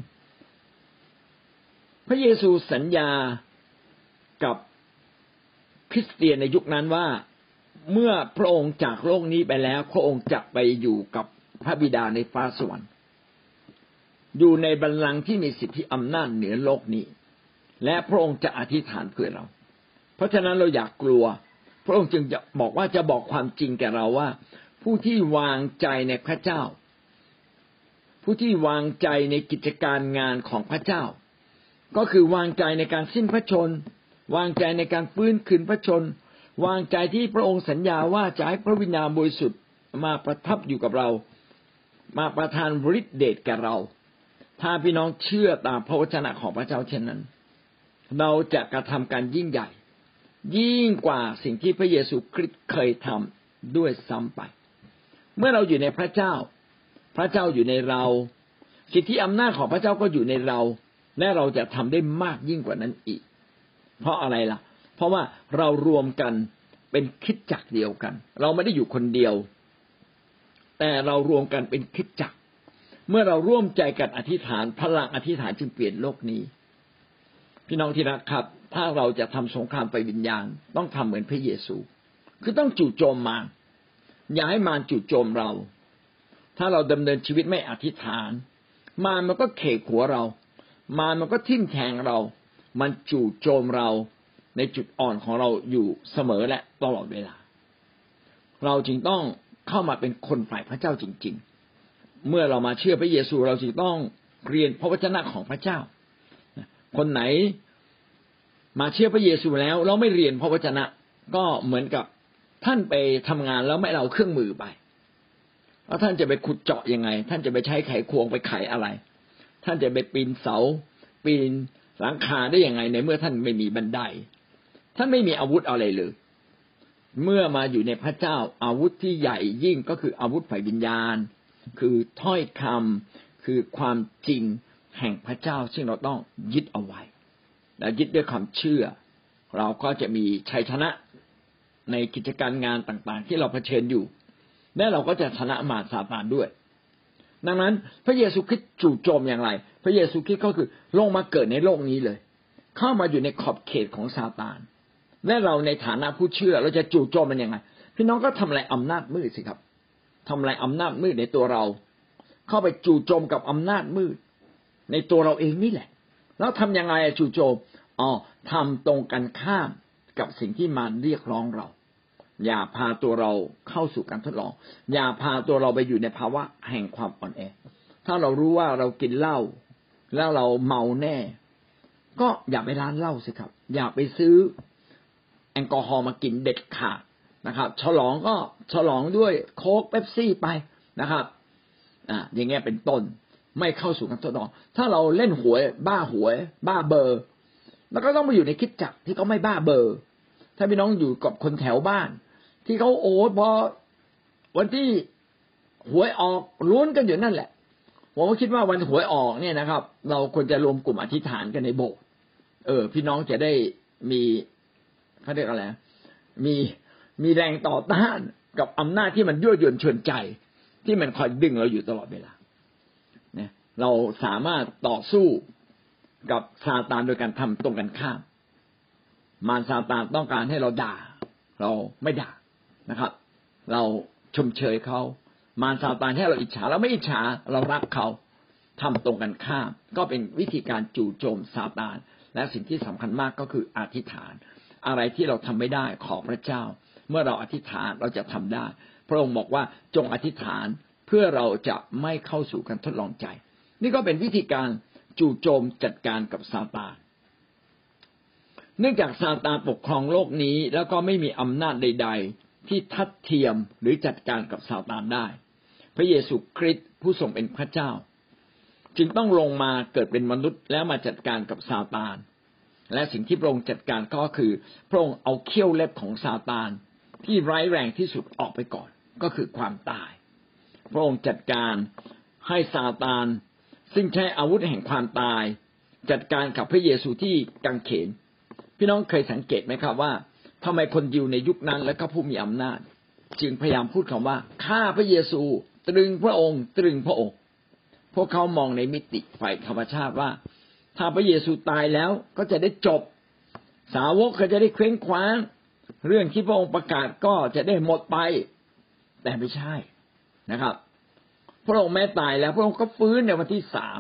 พระเยซูสัญญากับคริสเตียนในยุคนั้นว่าเมื่อพระองค์จากโลกนี้ไปแล้วพระองค์จะไปอยู่กับพระบิดาในฟ้าสวรรค์อยู่ในบัลลังก์ที่มีสิทธิอำนาจเหนือโลกนี้และพระองค์จะอธิษฐานเพื่อเราเพราะฉะนั้นเราอยากกลัวพระองค์จึงจะบอกว่าจะบอกความจริงแก่เราว่าผู้ที่วางใจในพระเจ้าผู้ที่วางใจในกิจการงานของพระเจ้าก็คือวางใจในการสิ้นพระชนม์วางใจในการฟื้นคืนพระชนม์วางใจที่พระองค์สัญญาว่าจะให้พระวิญญาณบริสุทธิ์มาประทับอยู่กับเรามาประทานฤทธิ์เดชแก่เราถ้าพี่น้องเชื่อตามพระวจนะของพระเจ้าเช่นนั้นเราจะกระทำการยิ่งใหญ่ยิ่งกว่าสิ่งที่พระเยซูคริสต์เคยทำด้วยซ้ำไปเมื่อเราอยู่ในพระเจ้าพระเจ้าอยู่ในเราสิทธิอำนาจของพระเจ้าก็อยู่ในเราและเราจะทำได้มากยิ่งกว่านั้นอีกเพราะอะไรล่ะเพราะว่าเรารวมกันเป็นคริสตจักรเดียวกันเราไม่ได้อยู่คนเดียวแต่เรารวมกันเป็นคริสตจักรเมื่อเราร่วมใจกันอธิษฐานพลังอธิษฐานจึงเปลี่ยนโลกนี้พี่น้องที่รักครับถ้าเราจะทำสงครามไฟวิญญาณต้องทำเหมือนพระเยซูคือต้องจู่โจมมารอย่าให้มารจู่โจมเราถ้าเราดำเนินชีวิตไม่อธิษฐานมารมันก็เขกหัวเรามารมันก็ทิ่มแทงเรามันจู่โจมเราในจุดอ่อนของเราอยู่เสมอและตลอดเวลาเราจึงต้องเข้ามาเป็นคนฝ่ายพระเจ้าจริงๆเมื่อเรามาเชื่อพระเยซูเราจึงต้องเรียนพระวจนะของพระเจ้าคนไหนมาเชื่อพระเยซูแล้วเราไม่เรียนพระวจนะก็เหมือนกับท่านไปทำงานแล้วไม่เอาเครื่องมือไปแล้วท่านจะไปขุดเจาะยังไงท่านจะไปใช้ไขควงไปไขอะไรท่านจะไปปีนเสาปีนหลังคาได้ยังไงในเมื่อท่านไม่มีบันไดท่านไม่มีอาวุธอะไรเลยเมื่อมาอยู่ในพระเจ้าอาวุธที่ใหญ่ยิ่งก็คืออาวุธฝ่ายวิญญาณคือถ้อยคำคือความจริงแห่งพระเจ้าซึ่งเราต้องยึดเอาไว้และยึดด้วยความเชื่อเราก็จะมีชัยชนะในกิจการงานต่างๆที่เราเผชิญอยู่และเราก็จะชนะมารซาตานด้วยดังนั้นพระเยซูคริสต์จู่โจมอย่างไรพระเยซูคริสต์ก็คือลงมาเกิดในโลกนี้เลยเข้ามาอยู่ในขอบเขตของซาตานและเราในฐานะผู้เชื่อเราจะจู่โจมมันยังไงพี่น้องก็ทำลายอำนาจมืดสิครับทำลายอำนาจมืดในตัวเราเข้าไปจู่โจมกับอำนาจมืดในตัวเราเองนี่แหละแล้วทำยังไงจู่โจมทำตรงกันข้ามกับสิ่งที่มารเรียกร้องเราอย่าพาตัวเราเข้าสู่การทดลองอย่าพาตัวเราไปอยู่ในภาวะแห่งความอ่อนแอถ้าเรารู้ว่าเรากินเหล้าแล้วเราเมาแน่ก็อย่าไปร้านเหล้าสิครับอย่าไปซื้อแอลกอฮอล์มากินเด็ดขาดนะครับฉลองก็ฉลองด้วยโค้กเป๊ปซี่ไปนะครับอย่างเงี้ยเป็นต้นไม่เข้าสู่การทดลองถ้าเราเล่นหวยบ้าหวยบ้าเบอร์แล้วก็ต้องไปอยู่ในคริสตจักรที่เขาไม่บ้าเบอร์ถ้าพี่น้องอยู่กับคนแถวบ้านที่เขาพอวันที่หวยออกลุ้นกันอยู่นั่นแหละผมก็คิดว่าวันหวยออกเนี่ยนะครับเราควรจะรวมกลุ่มอธิษฐานกันในโบสถ์พี่น้องจะได้มีเขาเรียกอะไรมีแรงต่อต้านกับอำนาจที่มันยั่วยวนชวนใจที่มันคอยดึงเราอยู่ตลอดเวลาเนี่ยเราสามารถต่อสู้กับซาตานโดยการทำตรงกันข้ามมารซาตานต้องการให้เราด่าเราไม่ด่านะครับเราชมเชยเขามารซาตานให้เราอิจฉาเราไม่อิจฉาเรารักเขาทำตรงกันข้ามก็เป็นวิธีการจู่โจมซาตานและสิ่งที่สำคัญมากก็คืออธิษฐานอะไรที่เราทำไม่ได้ขอพระเจ้าเมื่อเราอธิษฐานเราจะทำได้พระองค์บอกว่าจงอธิษฐานเพื่อเราจะไม่เข้าสู่การทดลองใจนี่ก็เป็นวิธีการจู่โจมจัดการกับซาตานเนื่องจากซาตานปกครองโลกนี้แล้วก็ไม่มีอำนาจใดๆที่ทัดเทียมหรือจัดการกับซาตานได้พระเยซูคริสต์ผู้ทรงเป็นพระเจ้าจึงต้องลงมาเกิดเป็นมนุษย์แล้วมาจัดการกับซาตานและสิ่งที่พระองค์จัดการก็คือพระองค์เอาเขี้ยวเล็บของซาตานที่ร้ายแรงที่สุดออกไปก่อนก็คือความตายพระองค์จัดการให้ซาตานซึ่งใช้อาวุธแห่งความตายจัดการกับพระเยซูที่กางเขนพี่น้องเคยสังเกตไหมครับว่าทำไมคนยิวในยุคนั้นและก็ผู้มีอำนาจจึงพยายามพูดคำว่าฆ่าพระเยซูตรึงพระองค์ตรึงพระองค์พวกเขามองในมิติฝ่ายธรรมชาติว่าถ้าพระเยซูตายแล้วก็จะได้จบสาวกก็จะได้เคว้งคว้างเรื่องที่พระองค์ประกาศก็จะได้หมดไปแต่ไม่ใช่นะครับพระองค์แม้ตายแล้วพระองค์ก็ฟื้นในวันที่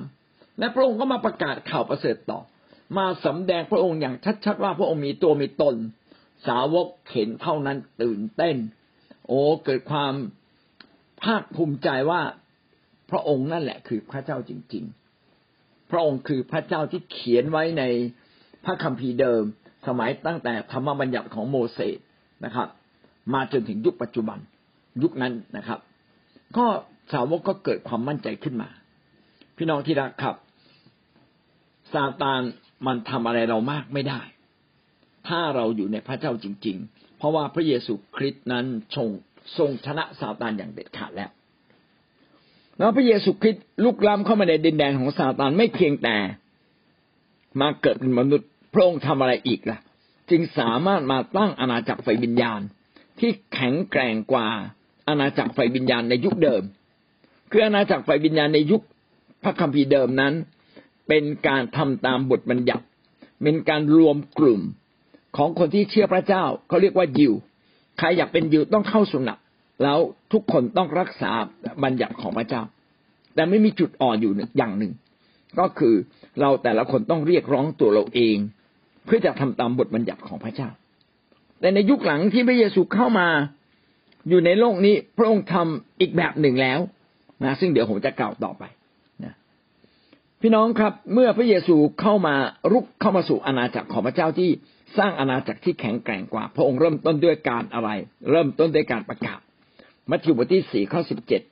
3และพระองค์ก็มาประกาศข่าวประเสริฐต่อมาสำแดงพระองค์อย่างชัดๆว่าพระองค์มีตัวมีตนสาวกเห็นเท่านั้นตื่นเต้นเกิดความภาคภูมิใจว่าพระองค์นั่นแหละคือพระเจ้าจริงๆพระองค์คือพระเจ้าที่เขียนไว้ในพระคัมภีร์เดิมสมัยตั้งแต่ธรรมบัญญัติของโมเสสนะครับมาจนถึงยุคปัจจุบันยุคนั้นนะครับก็สาวกก็เกิดความมั่นใจขึ้นมาพี่น้องที่รักครับซาตานมันทำอะไรเรามากไม่ได้ถ้าเราอยู่ในพระเจ้าจริงๆเพราะว่าพระเยซูคริสต์นั้นทรงชนะซาตานอย่างเด็ดขาดแล้วพระเยซูคริสต์ลุกล้ำเข้ามาในดินแดนของซาตานไม่เพียงแต่มาเกิดเป็นมนุษย์พระองค์ทำอะไรอีกล่ะจึงสามารถมาตั้งอาณาจักรไฟวิญญาณที่แข็งแกร่งกว่าอาณาจักรไฟวิญญาณในยุคเดิมคืออาณาจักรไฟวิญญาณในยุคพระคัมภีร์เดิมนั้นเป็นการทำตามบทบัญญัติเป็นการรวมกลุ่มของคนที่เชื่อพระเจ้าเขาเรียกว่ายิวใครอยากเป็นยิวต้องเข้าสุนัตแล้วทุกคนต้องรักษาบัญญัติของพระเจ้าแต่ไม่มีจุดอ่อนอยู่อย่างหนึ่งก็คือเราแต่ละคนต้องเรียกร้องตัวเราเองเพื่อจะทำตามบทบัญญัติของพระเจ้าแต่ในยุคหลังที่พระเยซูเข้ามาอยู่ในโลกนี้พระองค์ทำอีกแบบหนึ่งแล้วนะซึ่งเดี๋ยวผมจะกล่าวต่อไปนะพี่น้องครับเมื่อพระเยซูเข้ามารุกเข้ามาสู่อาณาจักรของพระเจ้าที่สร้างอาณาจักรที่แข็งแกร่งกว่าพระองค์เริ่มต้นด้วยการอะไรเริ่มต้นด้วยการประกาศมัทธิวบทที่4ข้อ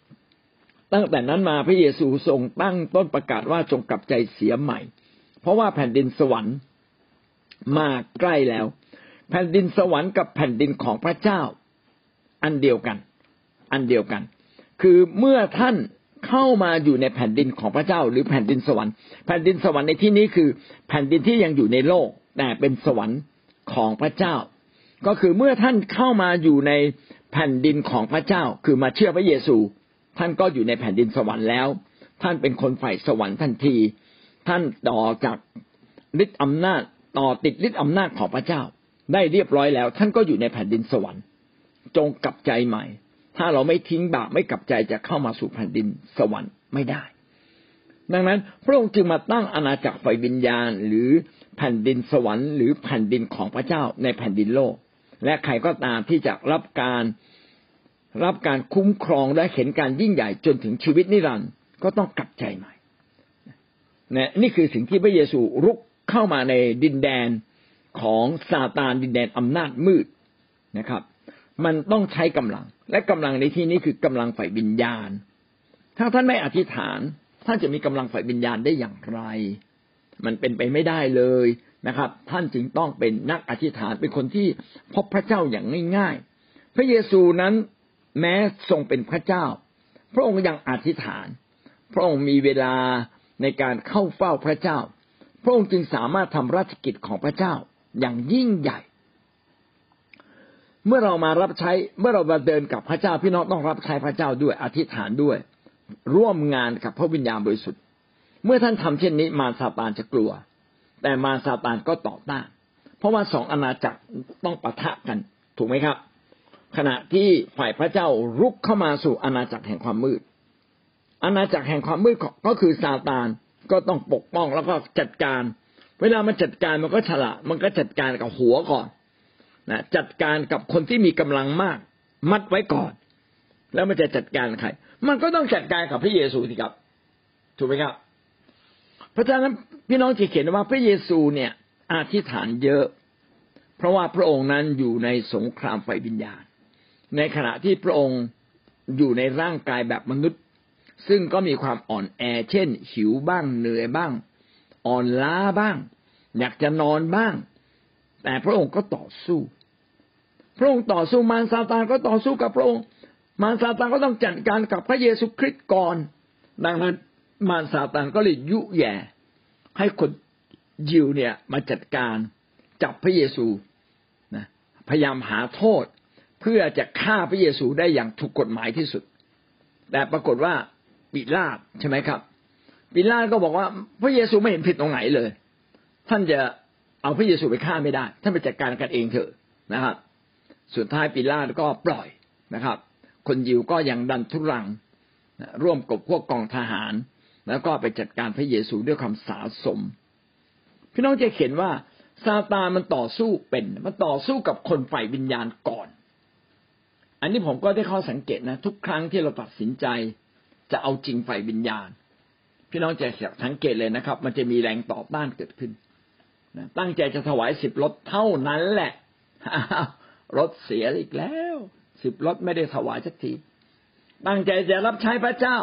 17ตั้งแต่นั้นมาพระเยซูทรงตั้งต้นประกาศว่าจงกลับใจเสียใหม่เพราะว่าแผ่นดินสวรรค์มาใกล้แล้วแผ่นดินสวรรค์กับแผ่นดินของพระเจ้าอันเดียวกันคือเมื่อท่านเข้ามาอยู่ในแผ่นดินของพระเจ้าหรือแผ่นดินสวรรค์แผ่นดินสวรรค์ในที่นี้คือแผ่นดินที่ยังอยู่ในโลกแต่เป็นสวรรค์ของพระเจ้าก็คือเมื่อท่านเข้ามาอยู่ในแผ่นดินของพระเจ้าคือมาเชื่อพระเยซูท่านก็อยู่ในแผ่นดินสวรรค์แล้วท่านเป็นคนฝ่ายสวรรค์ทันทีท่านต่อจากฤทธิ์อำนาจต่อติดฤทธิ์อำนาจของพระเจ้าได้เรียบร้อยแล้วท่านก็อยู่ในแผ่นดินสวรรค์จงกลับใจใหม่ถ้าเราไม่ทิ้งบาปไม่กลับใจจะเข้ามาสู่แผ่นดินสวรรค์ไม่ได้ดังนั้นพระองค์จึงมาตั้งอาณาจักรฝ่ายวิญญาณหรือแผ่นดินสวรรค์หรือแผ่นดินของพระเจ้าในแผ่นดินโลกและใครก็ตามที่จะรับการคุ้มครองและเห็นการยิ่งใหญ่จนถึงชีวิตนิรันดร์ก็ต้องกลับใจใหม่นี่คือสิ่งที่พระเยซูรุกเข้ามาในดินแดนของซาตานดินแดนอำนาจมืดนะครับมันต้องใช้กำลังและกำลังในที่นี้คือกำลังฝ่ายวิญญาณถ้าท่านไม่อธิษฐานท่านจะมีกำลังฝ่ายวิญญาณได้อย่างไรมันเป็นไปไม่ได้เลยนะครับท่านจึงต้องเป็นนักอธิษฐานเป็นคนที่พบพระเจ้าอย่างง่ายๆพระเยซูนั้นแม้ทรงเป็นพระเจ้าพระองค์ยังอธิษฐานพระองค์มีเวลาในการเข้าเฝ้าพระเจ้าพระองค์จึงสามารถทำราชกิจของพระเจ้าอย่างยิ่งใหญ่เมื่อเรามารับใช้เมื่อเรามาเดินกับพระเจ้าพี่น้องต้องรับใช้พระเจ้าด้วยอธิษฐานด้วยร่วมงานกับพระวิญญาณบริสุทธิ์เมื่อท่านทำเช่นนี้มารซาตานจะกลัวแต่มารซาตานก็ต่อต้านเพราะว่าสองอาณาจักรต้องปะทะกันถูกไหมครับขณะที่ฝ่ายพระเจ้ารุกเข้ามาสู่อาณาจักรแห่งความมืดอาณาจักรแห่งความมืดก็คือซาตานก็ต้องปกป้องแล้วก็จัดการเวลามันจัดการมันก็ฉลาดมันก็จัดการกับหัวก่อนนะจัดการกับคนที่มีกำลังมากมัดไว้ก่อนแล้วมันจะจัดการใครมันก็ต้องจัดการกับพระเยซูสิครับถูกไหมครับเพราะฉะนั้นพี่น้องจะเห็นว่าพระเยซูเนี่ยอธิษฐานเยอะเพราะว่าพระองค์นั้นอยู่ในสงครามฝ่ายวิญญาณในขณะที่พระองค์อยู่ในร่างกายแบบมนุษย์ซึ่งก็มีความอ่อนแอเช่นหิวบ้างเหนื่อยบ้างอ่อนล้าบ้างอยากจะนอนบ้างแต่พระองค์ก็ต่อสู้พระองค์ต่อสู้มารซาตานก็ต่อสู้กับพระองค์มารซาตานก็ต้องจัดการกับพระเยซูคริสต์ก่อนดังนั้นมารซาตานก็เลยยุแย่ให้คนยิวเนี่ยมาจัดการจับพระเยซูนะพยายามหาโทษเพื่อจะฆ่าพระเยซูได้อย่างถูกกฎหมายที่สุดแต่ปรากฏว่าปิลาตใช่ไหมครับปิลาตก็บอกว่าพระเยซูไม่เห็นผิดตรงไหนเลยท่านจะเอาพระเยซูไปฆ่าไม่ได้ท่านไปจัดการกันเองเถอะนะครับสุดท้ายปิลาตก็ปล่อยนะครับคนยิวก็ยังดันทุรังร่วมกับพวกกองทหารแล้วก็ไปจัดการพระเยซูด้วยความสาสมพี่น้องจะเห็นว่าซาตานมันต่อสู้มันต่อสู้กับคนฝ่ายวิญญาณก่อนอันนี้ผมก็ได้ข้อสังเกตนะทุกครั้งที่เราตัดสินใจจะเอาจริงฝ่ายวิญญาณพี่น้องจะสังเกตเลยนะครับมันจะมีแรงต่อต้านเกิดขึ้นตั้งใจจะถวาย10 รถเท่านั้นแหละรถเสียอีกแล้ว10 รถไม่ได้ถวายสักทีตั้งใจจะรับใช้พระเจ้า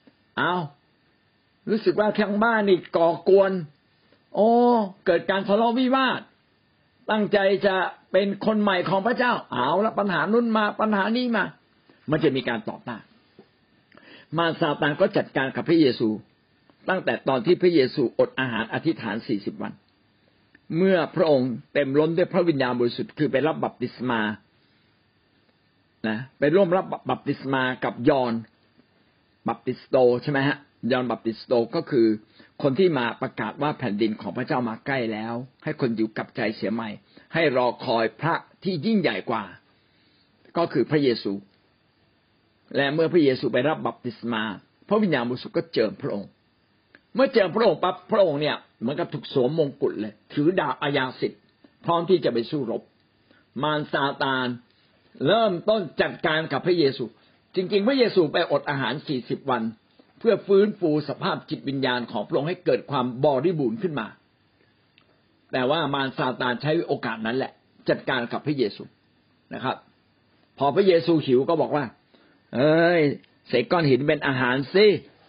รู้สึกว่าทางบ้านนี่ก่อกวนเกิดการทะเลาะวิวาทตั้งใจจะเป็นคนใหม่ของพระเจ้าแล้วปัญหานู้นมาปัญหานี้มามันจะมีการต่อต้านมารซาตานก็จัดการกับพระเยซูตั้งแต่ตอนที่พระเยซูอดอาหารอธิษฐาน40 วันเมื่อพระองค์เต็มล้นด้วยพระวิญญาณบริสุทธิ์คือไปรับบัพติศมาไปร่วมรับบัพติศมากับยอห์นบัพติสโตใช่ไหมฮะยอห์นบัพติสโตก็คือคนที่มาประกาศว่าแผ่นดินของพระเจ้ามาใกล้แล้วให้คนอยู่กลับใจเสียใหม่ให้รอคอยพระที่ยิ่งใหญ่กว่าก็คือพระเยซูและเมื่อพระเยซูไปรับบัพติศมาพระวิญญาณบริสุทธิ์ก็เจิมพระองค์เมื่อเจิมพระองค์ปั๊บพระองค์เนี่ยเหมือนกับถูกสวมมงกุฎเลยถือดาบอาญาสิทธิ์พร้อมที่จะไปสู้รบมารซาตานเริ่มต้นจัดการกับพระเยซูจริงๆพระเยซูไปอดอาหาร40วันเพื่อฟื้นฟูสภาพจิตวิญญาณของพระองค์ให้เกิดความบริบูรณ์ขึ้นมาแต่ว่ามารซาตานใช้โอกาสนั้นแหละจัดการกับพระเยซูนะครับพอพระเยซูหิวก็บอกว่าใส่ก้อนหินเป็นอาหารสิ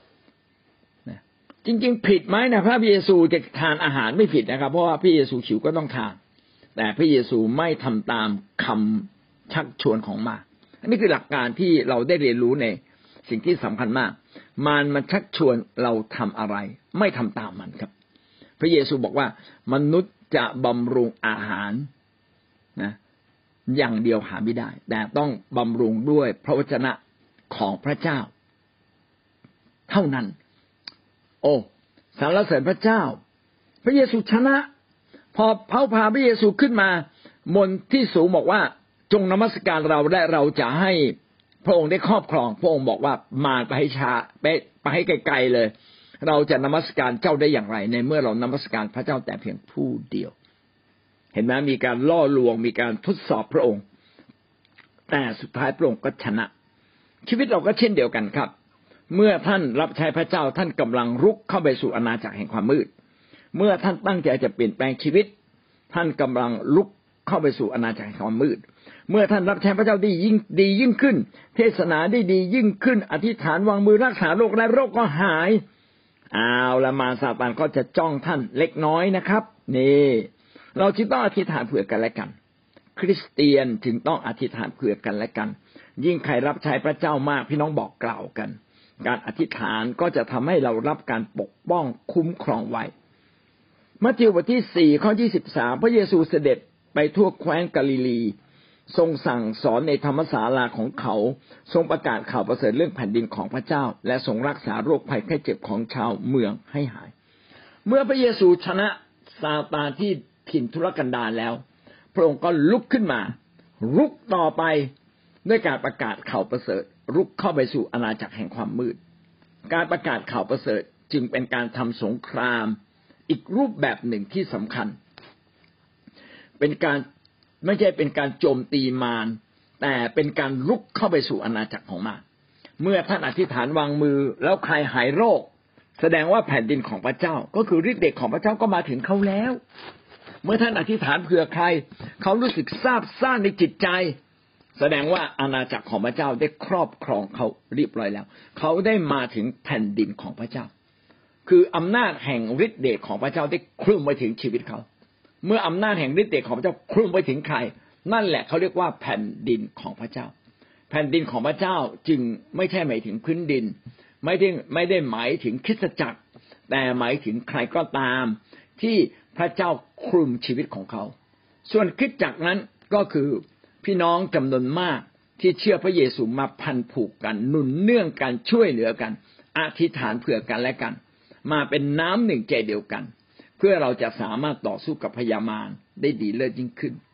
จริงๆผิดไหมนะพระเยซูจะทานอาหารไม่ผิดนะครับเพราะว่าพระเยซูหิวก็ต้องทานแต่พระเยซูไม่ทำตามคำชักชวนของมารอันนี้คือหลักการที่เราได้เรียนรู้ในสิ่งที่สำคัญมากมารมันชักชวนเราทำอะไรไม่ทำตามมันครับพระเยซูบอกว่ามนุษย์จะบำรุงอาหารนะอย่างเดียวหาไม่ได้แต่ต้องบำรุงด้วยพระวจนะของพระเจ้าเท่านั้นโอ้สรรเสริญพระเจ้าพระเยซูชนะพอพาพระเยซูขึ้นมาบนที่สูงบอกว่าจงนมัสการเราและเราจะให้พระองค์ได้ครอบครองพระองค์บอกว่ามาไปให้ช้าไปให้ไกลๆเลยเราจะนมัสการเจ้าได้อย่างไรในเมื่อเรานมัสการพระเจ้าแต่เพียงผู้เดียวเห็นไหมมีการล่อลวงมีการทดสอบพระองค์แต่สุดท้ายพระองค์ก็ชนะชีวิตเราก็เช่นเดียวกันครับเมื่อท่านรับใช้พระเจ้าท่านกำลังรุกเข้าไปสู่อาณาจักรแห่งความมืดเมื่อท่านตั้งใจจะเปลี่ยนแปลงชีวิตท่านกำลังลุกเข้าไปสู่อาณาจักรแห่งความมืดเมื่อท่านรับใช้พระเจ้าได้ยิ่งขึ้นเทศนาได้ดียิ่งขึ้นอธิษฐานวางมือรักษาโรคและโรคก็หายละมารซาตานก็จะจ้องท่านเล็กน้อยนะครับนี่เราจึงต้องอธิษฐานเผื่อกันและกันคริสเตียนจึงต้องอธิษฐานเผื่อกันและกันยิ่งใครรับใช้พระเจ้ามากพี่น้องบอกกล่าวกันการอธิษฐานก็จะทำให้เรารับการปกป้องคุ้มครองไว้มัทธิวบทที่4ข้อ23พระเยซูเสด็จไปทั่วแคว้นกาลิลีทรงสั่งสอนในธรรมศาลาของเขาทรงประกาศข่าวประเสริฐเรื่องแผ่นดินของพระเจ้าและทรงรักษาโรคภัยไข้เจ็บของชาวเมืองให้หายเมื่อพระเยซูชนะซาตานที่ถิ่นทุรกันดารแล้วพระองค์ก็ลุกขึ้นมารุกต่อไปด้วยการประกาศข่าวประเสริฐรุกเข้าไปสู่อาณาจักรแห่งความมืดการประกาศข่าวประเสริฐจึงเป็นการทำสงครามอีกรูปแบบหนึ่งที่สำคัญเป็นการไม่ใช่เป็นการโจมตีมารแต่เป็นการรุกเข้าไปสู่อาณาจักรของมารเมื่อท่านอธิษฐานวางมือแล้วใครหายโรคแสดงว่าแผ่นดินของพระเจ้าก็คือฤทธิ์เดชของพระเจ้าก็มาถึงเขาแล้วเมื่อท่านอธิษฐานเผื่อใครเขารู้สึกซาบซ่านในจิตใจแสดงว่าอาณาจักรของพระเจ้าได้ครอบครองเขาเรียบร้อยแล้วเขาได้มาถึงแผ่นดินของพระเจ้าคืออำนาจแห่งฤทธิ์เดชของพระเจ้าได้คลุมไปถึงชีวิตเขาเมื่ออำนาจแห่งฤทธิ์เดชของพระเจ้าคลุมไปถึงใครนั่นแหละเขาเรียกว่าแผ่นดินของพระเจ้าแผ่นดินของพระเจ้าจึงไม่ใช่หมายถึงพื้นดินไม่ได้หมายถึงคริสตจักรแต่หมายถึงใครก็ตามที่พระเจ้าคลุมชีวิตของเขาส่วนคริสตจักรนั้นก็คือพี่น้องจำนวนมากที่เชื่อพระเยซูมาพันผูกกันหนุนเนื่องกันช่วยเหลือกันอธิษฐานเผื่อกันและกันมาเป็นน้ำหนึ่งใจเดียวกันเพื่อเราจะสามารถต่อสู้กับพยามารได้ดีเลิศยิ่งขึ้น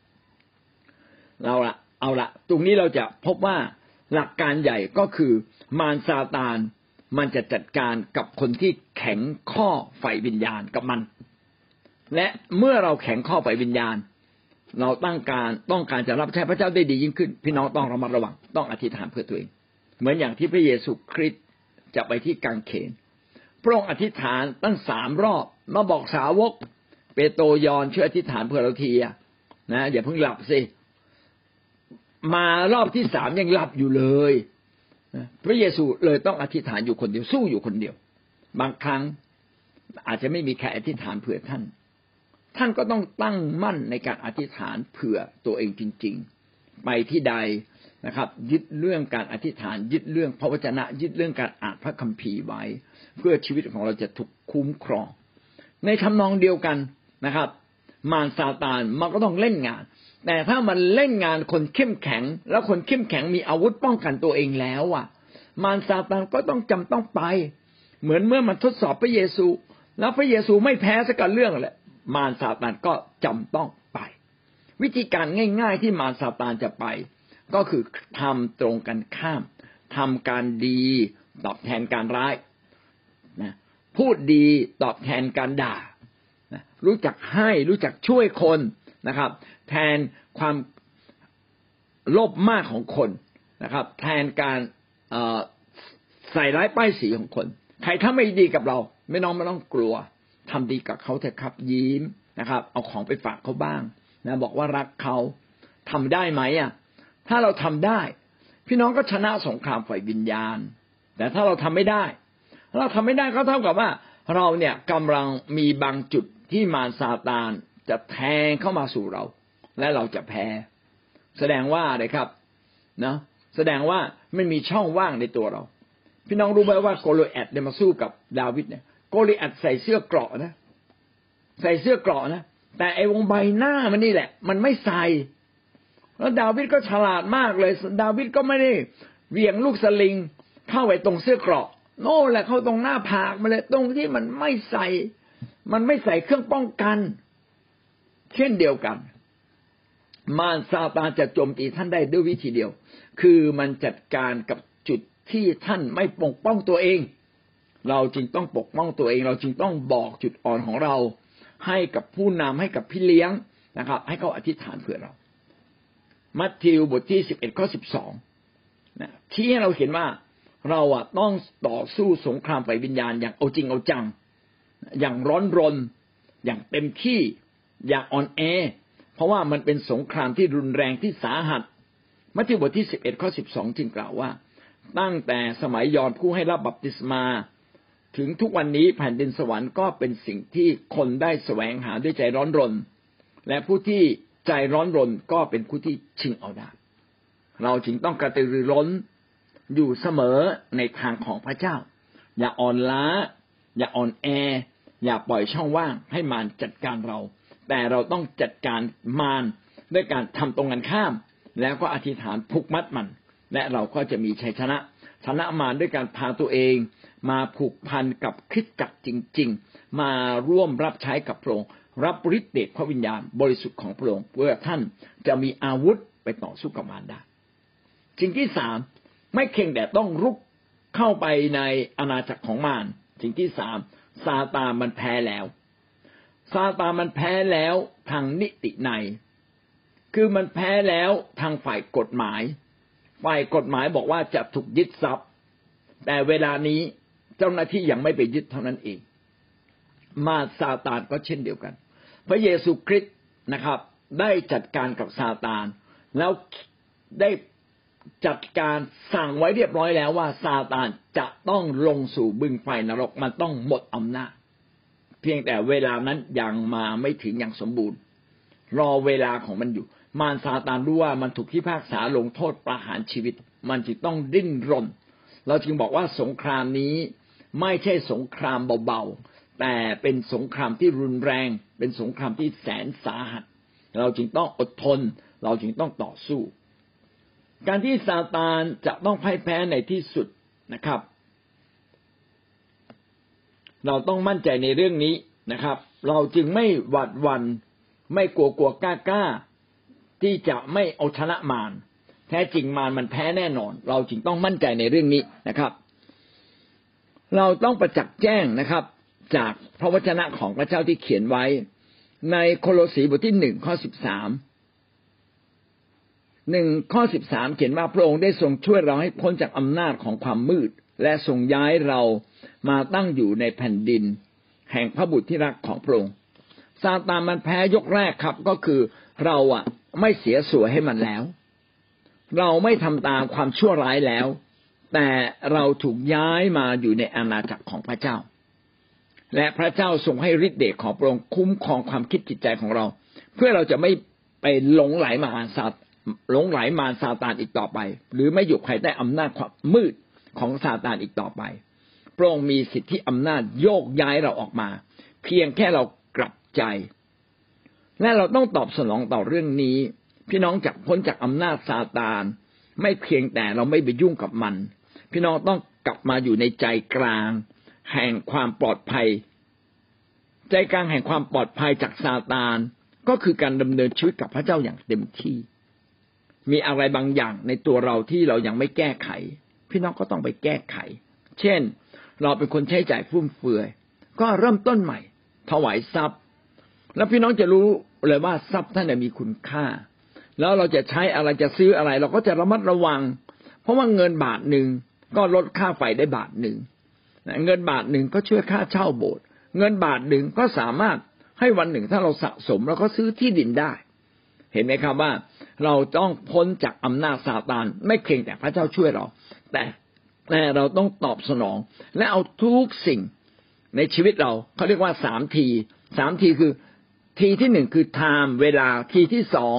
เอาละตรงนี้เราจะพบว่าหลักการใหญ่ก็คือมารซาตานมันจะจัดการกับคนที่แข็งข้อฝ่ายวิญญาณกับมันและเมื่อเราแข็งข้อฝ่ายวิญญาณเราต้องการจะรับใช้พระเจ้าได้ดียิ่งขึ้นพี่น้องต้องระมัดระวังต้องอธิษฐานเพื่อตัวเองเหมือนอย่างที่พระเยซูคริสต์จะไปที่กางเขนพระองค์อธิษฐานตั้ง3 รอบมาบอกสาวกเปโตรยอห์นช่วยอธิษฐานเพื่อเราทีนะอย่าเพิ่งหลับสิมารอบที่3ยังหลับอยู่เลยพระเยซูเลยต้องอธิษฐานอยู่คนเดียวสู้อยู่คนเดียวบางครั้งอาจจะไม่มีใครอธิษฐานเผื่อท่านก็ต้องตั้งมั่นในการอธิษฐานเผื่อตัวเองจริงๆไปที่ใดนะครับยึดเรื่องการอธิษฐานยึดเรื่องพระวจนะยึดเรื่องการอ่านพระคัมภีร์ไว้เพื่อชีวิตของเราจะถูกคุ้มครองในทำนองเดียวกันนะครับมารซาตานมันก็ต้องเล่นงานแต่ถ้ามันเล่นงานคนเข้มแข็งแล้วคนเข้มแข็งมีอาวุธป้องกันตัวเองแล้วมารซาตานก็ต้องไปเหมือนเมื่อมันทดสอบพระเยซูแล้วพระเยซูไม่แพ้สักเรื่องแหละมารซาตานก็จำต้องไปวิธีการง่ายๆที่มารซาตานจะไปก็คือทำตรงกันข้ามทำการดีตอบแทนการร้ายนะพูดดีตอบแทนการด่านะรู้จักให้รู้จักช่วยคนนะครับแทนความโลภมากของคนนะครับแทนการใส่ร้ายป้ายสีของคนใครถ้าไม่ดีกับเราไม่ต้องกลัวทำดีกับเขาเถอะครับยิ้มนะครับเอาของไปฝากเขาบ้างนะบอกว่ารักเขาทำได้ไหมอ่ะถ้าเราทำได้พี่น้องก็ชนะสงครามฝ่ายวิญญาณแต่ถ้าเราทำไม่ได้ก็เท่ากับว่าเราเนี่ยกำลังมีบางจุดที่มารซาตานจะแทงเข้ามาสู่เราและเราจะแพ้แสดงว่าอะไรครับนะแสดงว่าไม่มีช่องว่างในตัวเราพี่น้องรู้ไหมว่าโกลิแอธเนี่ยมาสู้กับดาวิดเนี่ยโกลิแอธใส่เสื้อเกราะนะแต่ไอ้วงใบหน้ามันนี่แหละมันไม่ใส่แล้วดาวิดก็ฉลาดมากเลยดาวิดก็ไม่ได้เหวี่ยงลูกสลิงเข้าไปตรงเสื้อเกราะโน่นแหละเข้าตรงหน้าผากมาเลยตรงที่มันไม่ใส่เครื่องป้องกันเช่นเดียวกันมารซาตานจะโจมตีท่านได้ด้วยวิธีเดียวคือมันจัดการกับจุดที่ท่านไม่ปกป้องตัวเองเราจึงต้องปกป้องตัวเองเราจึงต้องบอกจุดอ่อนของเราให้กับผู้นำให้กับพี่เลี้ยงนะครับให้เขาอธิษฐานเผื่อเรามัทธิวบทที่11ข้อ12นะที่ให้เราเห็นว่าเราต้องต่อสู้สงครามฝ่ายวิญญาณอย่างเอาจริงเอาจังอย่างร้อนรนอย่างเต็มที่อย่าอ่อนแอเพราะว่ามันเป็นสงครามที่รุนแรงที่สาหัสมัทธิวบทที่11ข้อ12จึงกล่าวว่าตั้งแต่สมัยยอห์นผู้ให้รับบัพติศมาถึงทุกวันนี้แผ่นดินสวรรค์ก็เป็นสิ่งที่คนได้แสวงหาด้วยใจร้อนรนและผู้ที่ใจร้อนรนก็เป็นผู้ที่ชิงเอาได้เราจึงต้องกระตือรือร้นอยู่เสมอในทางของพระเจ้าอย่าอ่อนล้าอย่าอ่อนแออย่าปล่อยช่องว่างให้มารจัดการเราแต่เราต้องจัดการมารด้วยการทำตรงกันข้ามแล้วก็อธิษฐานผูกมัดมันและเราก็จะมีชัยชนะมารด้วยการพาตัวเองมาผูกพันกับคริสตจักรจริงๆมาร่วมรับใช้กับพระองค์รับฤทธิ์เดชพระวิญญาณบริสุทธิ์ของพระองค์เพื่อท่านจะมีอาวุธไปต่อสู้กับมารได้สิ่งที่สามไม่เพียงแต่ต้องรุกเข้าไปในอาณาจักรของมารสิ่งที่สามซาตานมันแพ้แล้วทางนิติในคือมันแพ้แล้วทางฝ่ายกฎหมายบอกว่าจะถูกยึดทรัพย์แต่เวลานี้เจ้าหน้าที่ยังไม่ไปยึดเท่านั้นเองมารซาตานก็เช่นเดียวกันพระเยซูคริสต์นะครับได้จัดการกับซาตานแล้วได้จัดการสั่งไว้เรียบร้อยแล้วว่าซาตานจะต้องลงสู่บึงไฟนรกมันต้องหมดอำนาจเพียงแต่เวลานั้นยังมาไม่ถึงอย่างสมบูรณ์รอเวลาของมันอยู่มารซาตานรู้ว่ามันถูกพิพากษาลงโทษประหารชีวิตมันจึงต้องดิ้นรนเราจึงบอกว่าสงครามนี้ไม่ใช่สงครามเบาๆแต่เป็นสงครามที่รุนแรงเป็นสงครามที่แสนสาหัสเราจึงต้องอดทนเราจึงต้องต่อสู้การที่ซาตานจะต้องพ่ายแพ้ในที่สุดนะครับเราต้องมั่นใจในเรื่องนี้นะครับเราจึงไม่หวาดหวั่นไม่กลัวกล้าที่จะไม่เอาชนะมารแท้จริงมารมันแพ้แน่นอนเราจึงต้องมั่นใจในเรื่องนี้นะครับเราต้องประจักษ์แจ้งนะครับจากพระวจนะของพระเจ้าที่เขียนไว้ในโคโลสีบทที่1ข้อ13เขียนว่าพระองค์ได้ทรงช่วยเราให้พ้นจากอำนาจของความมืดและทรงย้ายเรามาตั้งอยู่ในแผ่นดินแห่งพระบุตรที่รักของพระองค์ซาตานมันแพ้ยกแรกครับก็คือเราไม่เสียสวยให้มันแล้วเราไม่ทำตามความชั่วร้ายแล้วแต่เราถูกย้ายมาอยู่ในอาณาจักรของพระเจ้าและพระเจ้าทรงให้ฤทธิ์เดชของพระองค์คุ้มครองความคิดจิตใจของเราเพื่อเราจะไม่ไปหลงไหลมารซาตานอีกต่อไปหรือไม่อยู่ภายใต้อำนาจความมืดของซาตานอีกต่อไปพระองค์มีสิทธิอำนาจโยกย้ายเราออกมาเพียงแค่เรากลับใจและเราต้องตอบสนองต่อเรื่องนี้พี่น้องจะพ้นจากอำนาจซาตานไม่เพียงแต่เราไม่ไปยุ่งกับมันพี่น้องต้องกลับมาอยู่ในใจกลางแห่งความปลอดภัยใจกลางแห่งความปลอดภัยจากซาตานก็คือการดำเนินชีวิตกับพระเจ้าอย่างเต็มที่มีอะไรบางอย่างในตัวเราที่เรายังไม่แก้ไขพี่น้องก็ต้องไปแก้ไขเช่นเราเป็นคนใช้จ่ายฟุ่มเฟือยก็เริ่มต้นใหม่ถวายทรัพย์แล้วพี่น้องจะรู้เลยว่าทรัพย์ท่านมีคุณค่าแล้วเราจะใช้อะไรจะซื้ออะไรเราก็จะระมัดระวังเพราะว่าเงินบาทหนึ่งก็ลดค่าไฟได้บาทหนึ่งเงินบาทหนึ่งก็ช่วยค่าเช่าโบสถ์เงินบาทหนึ่งก็สามารถให้วันหนึ่งถ้าเราสะสมเราก็ซื้อที่ดินได้เห็นไหมครับว่าเราต้องพ้นจากอำนาจซาตานไม่เพียงแต่พระเจ้าช่วยเราแต่เราต้องตอบสนองและเอาทุกสิ่งในชีวิตเราเขาเรียกว่า3 ที3 ทีคือทีที่1คือ time เวลาทีที่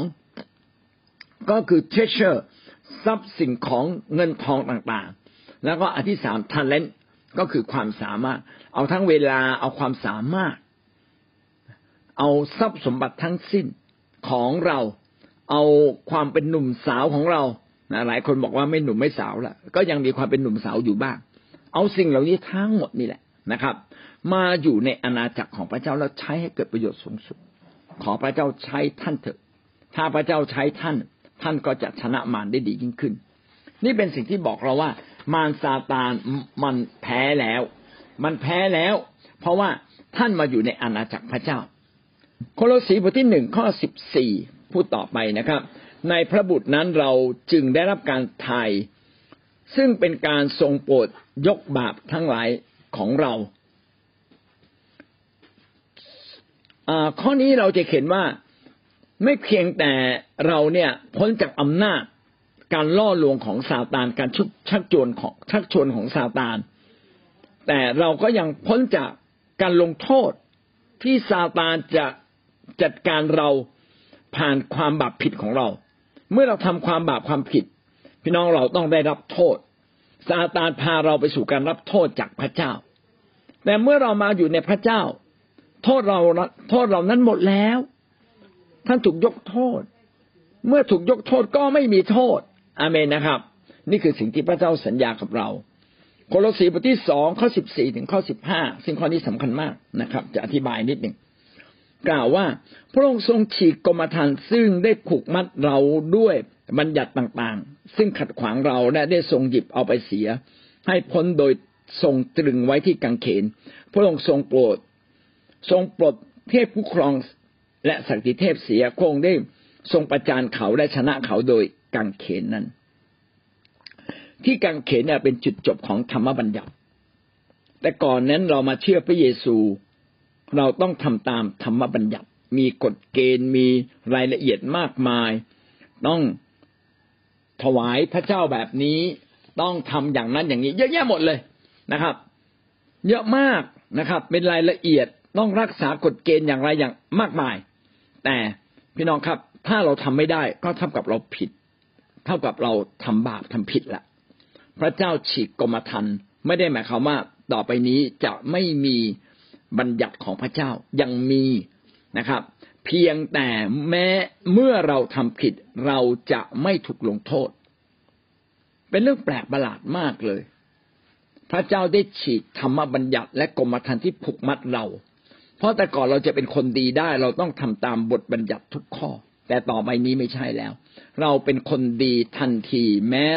2ก็คือ treasure ทรัพย์สิ่งของเงินทองต่างๆแล้วก็อันที่3 talent ก็คือความสามารถเอาทั้งเวลาเอาความสามารถเอาทรัพย์สมบัติทั้งสิ้นของเราเอาความเป็นหนุ่มสาวของเราหลายคนบอกว่าไม่หนุ่มไม่สาวละก็ยังมีความเป็นหนุ่มสาวอยู่บ้างเอาสิ่งเหล่านี้ทั้งหมดนี่แหละนะครับมาอยู่ในอาณาจักรของพระเจ้าแล้วใช้ให้เกิดประโยชน์สูงสุดขอพระเจ้าใช้ท่านเถอะถ้าพระเจ้าใช้ท่านก็จะชนะมารได้ดียิ่งขึ้นนี่เป็นสิ่งที่บอกเราว่ามารซาตานมันแพ้แล้วเพราะว่าท่านมาอยู่ในอาณาจักรพระเจ้าโคโลสีบทที่1ข้อ14พูดต่อไปนะครับในพระบุตรนั้นเราจึงได้รับการไถ่ซึ่งเป็นการทรงโปรดยกบาปทั้งหลายของเราข้อนี้เราจะเห็นว่าไม่เพียงแต่เราเนี่ยพ้นจากอำนาจการล่อลวงของซาตานการชักชวนของซาตานแต่เราก็ยังพ้นจากการลงโทษที่ซาตานจะจัดการเราผ่านความบาปผิดของเราเมื่อเราทำความบาปความผิดพี่น้องเราต้องได้รับโทษซาตานพาเราไปสู่การรับโทษจากพระเจ้าแต่เมื่อเรามาอยู่ในพระเจ้าโทษเรานั้นหมดแล้วท่านถูกยกโทษเมื่อถูกยกโทษก็ไม่มีโทษอาเมนนะครับนี่คือสิ่งที่พระเจ้าสัญญากับเราโคโลสีบทที่2ข้อ14ถึงข้อ15ซึ่งข้อนี้สำคัญมากนะครับจะอธิบายนิดหนึ่งกล่าวว่าพระองค์ทรงฉีกกรมธรรม์ซึ่งได้ผูกมัดเราด้วยบัญญัติต่างๆซึ่งขัดขวางเราและได้ทรงหยิบเอาไปเสียให้พ้นโดยทรงตรึงไว้ที่กางเขนพระองค์ทรงปลดเทพผู้ครองและศักดิเทพเสียพระองค์ได้ทรงประจานเขาและชนะเขาโดยกางเขนนั้นที่กางเขนเนี่ยเป็นจุดจบของธรรมบัญญัติแต่ก่อนนั้นเรามาเชื่อพระเยซูเราต้องทำตามธรรมบัญญัติมีกฎเกณฑ์มีรายละเอียดมากมายต้องถวายพระเจ้าแบบนี้ต้องทำอย่างนั้นอย่างนี้เยอะแยะหมดเลยนะครับเยอะมากนะครับเป็นรายละเอียดต้องรักษากฎเกณฑ์อย่างไรอย่างมากมายแต่พี่น้องครับถ้าเราทำไม่ได้ก็เท่ากับเราผิดเท่ากับเราทำบาปทำผิดละพระเจ้าฉีกกรมธรรม์ไม่ได้หมายความว่าต่อไปนี้จะไม่มีบัญญัติของพระเจ้ายังมีนะครับเพียงแต่แม้เมื่อเราทำผิดเราจะไม่ถูกลงโทษเป็นเรื่องแปลกประหลาดมากเลยพระเจ้าได้ฉีกธรรมบัญญัติและกรมธรรม์ที่ผูกมัดเราเพราะแต่ก่อนเราจะเป็นคนดีได้เราต้องทำตามบทบัญญัติทุกข้อแต่ต่อไปนี้ไม่ใช่แล้วเราเป็นคนดีทันทีแม้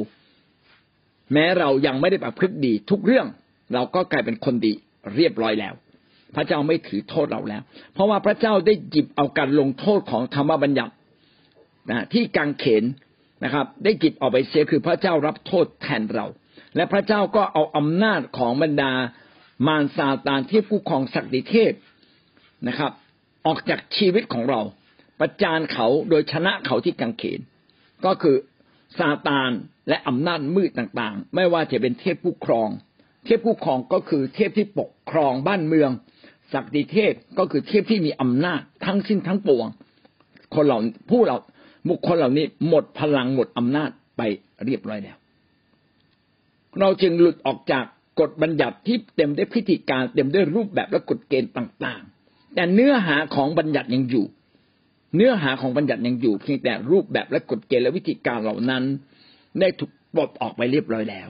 เรายังไม่ได้ประพฤติดีทุกเรื่องเราก็กลายเป็นคนดีเรียบร้อยแล้วพระเจ้าไม่ถือโทษเราแล้วเพราะว่าพระเจ้าได้หยิบเอาการลงโทษของธรรมบัญญัติที่กางเขนนะครับได้หยิบเอาไปเสียคือพระเจ้ารับโทษแทนเราและพระเจ้าก็เอาอำนาจของบรรดามารซาตานที่ผู้ครองศักดิเทพนะครับออกจากชีวิตของเราประจานเขาโดยชนะเขาที่กางเขนก็คือซาตานและอำนาจมืดต่างๆไม่ว่าจะเป็นเทพผู้ครองก็คือเทพที่ปกครองบ้านเมืองศักดิเทพก็คือเทพที่มีอำนาจทั้งสิ้นทั้งปวงบุคคลเหล่านี้หมดพลังหมดอำนาจไปเรียบร้อยแล้วเราจึงหลุดออกจากกฎบัญญัติที่เต็มด้วยพิธีการเต็มด้วยรูปแบบและกฎเกณฑ์ต่างๆแต่เนื้อหาของบัญญัติยังอยู่เพียงแต่รูปแบบและกฎเกณฑ์และวิธีการเหล่านั้นได้ถูกปลดออกไปเรียบร้อยแล้ว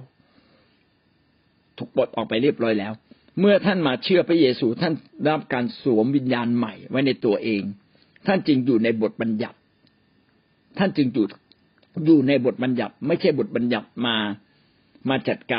เมื่อท่านมาเชื่อพระเยซูท่านรับการสวมวิญญาณใหม่ไว้ในตัวเองท่านจึงอยู่ในบทบัญญัติท่านจึงอยู่ในบทบัญญัติไม่ใช่บทบัญญัติมาจัดการเรา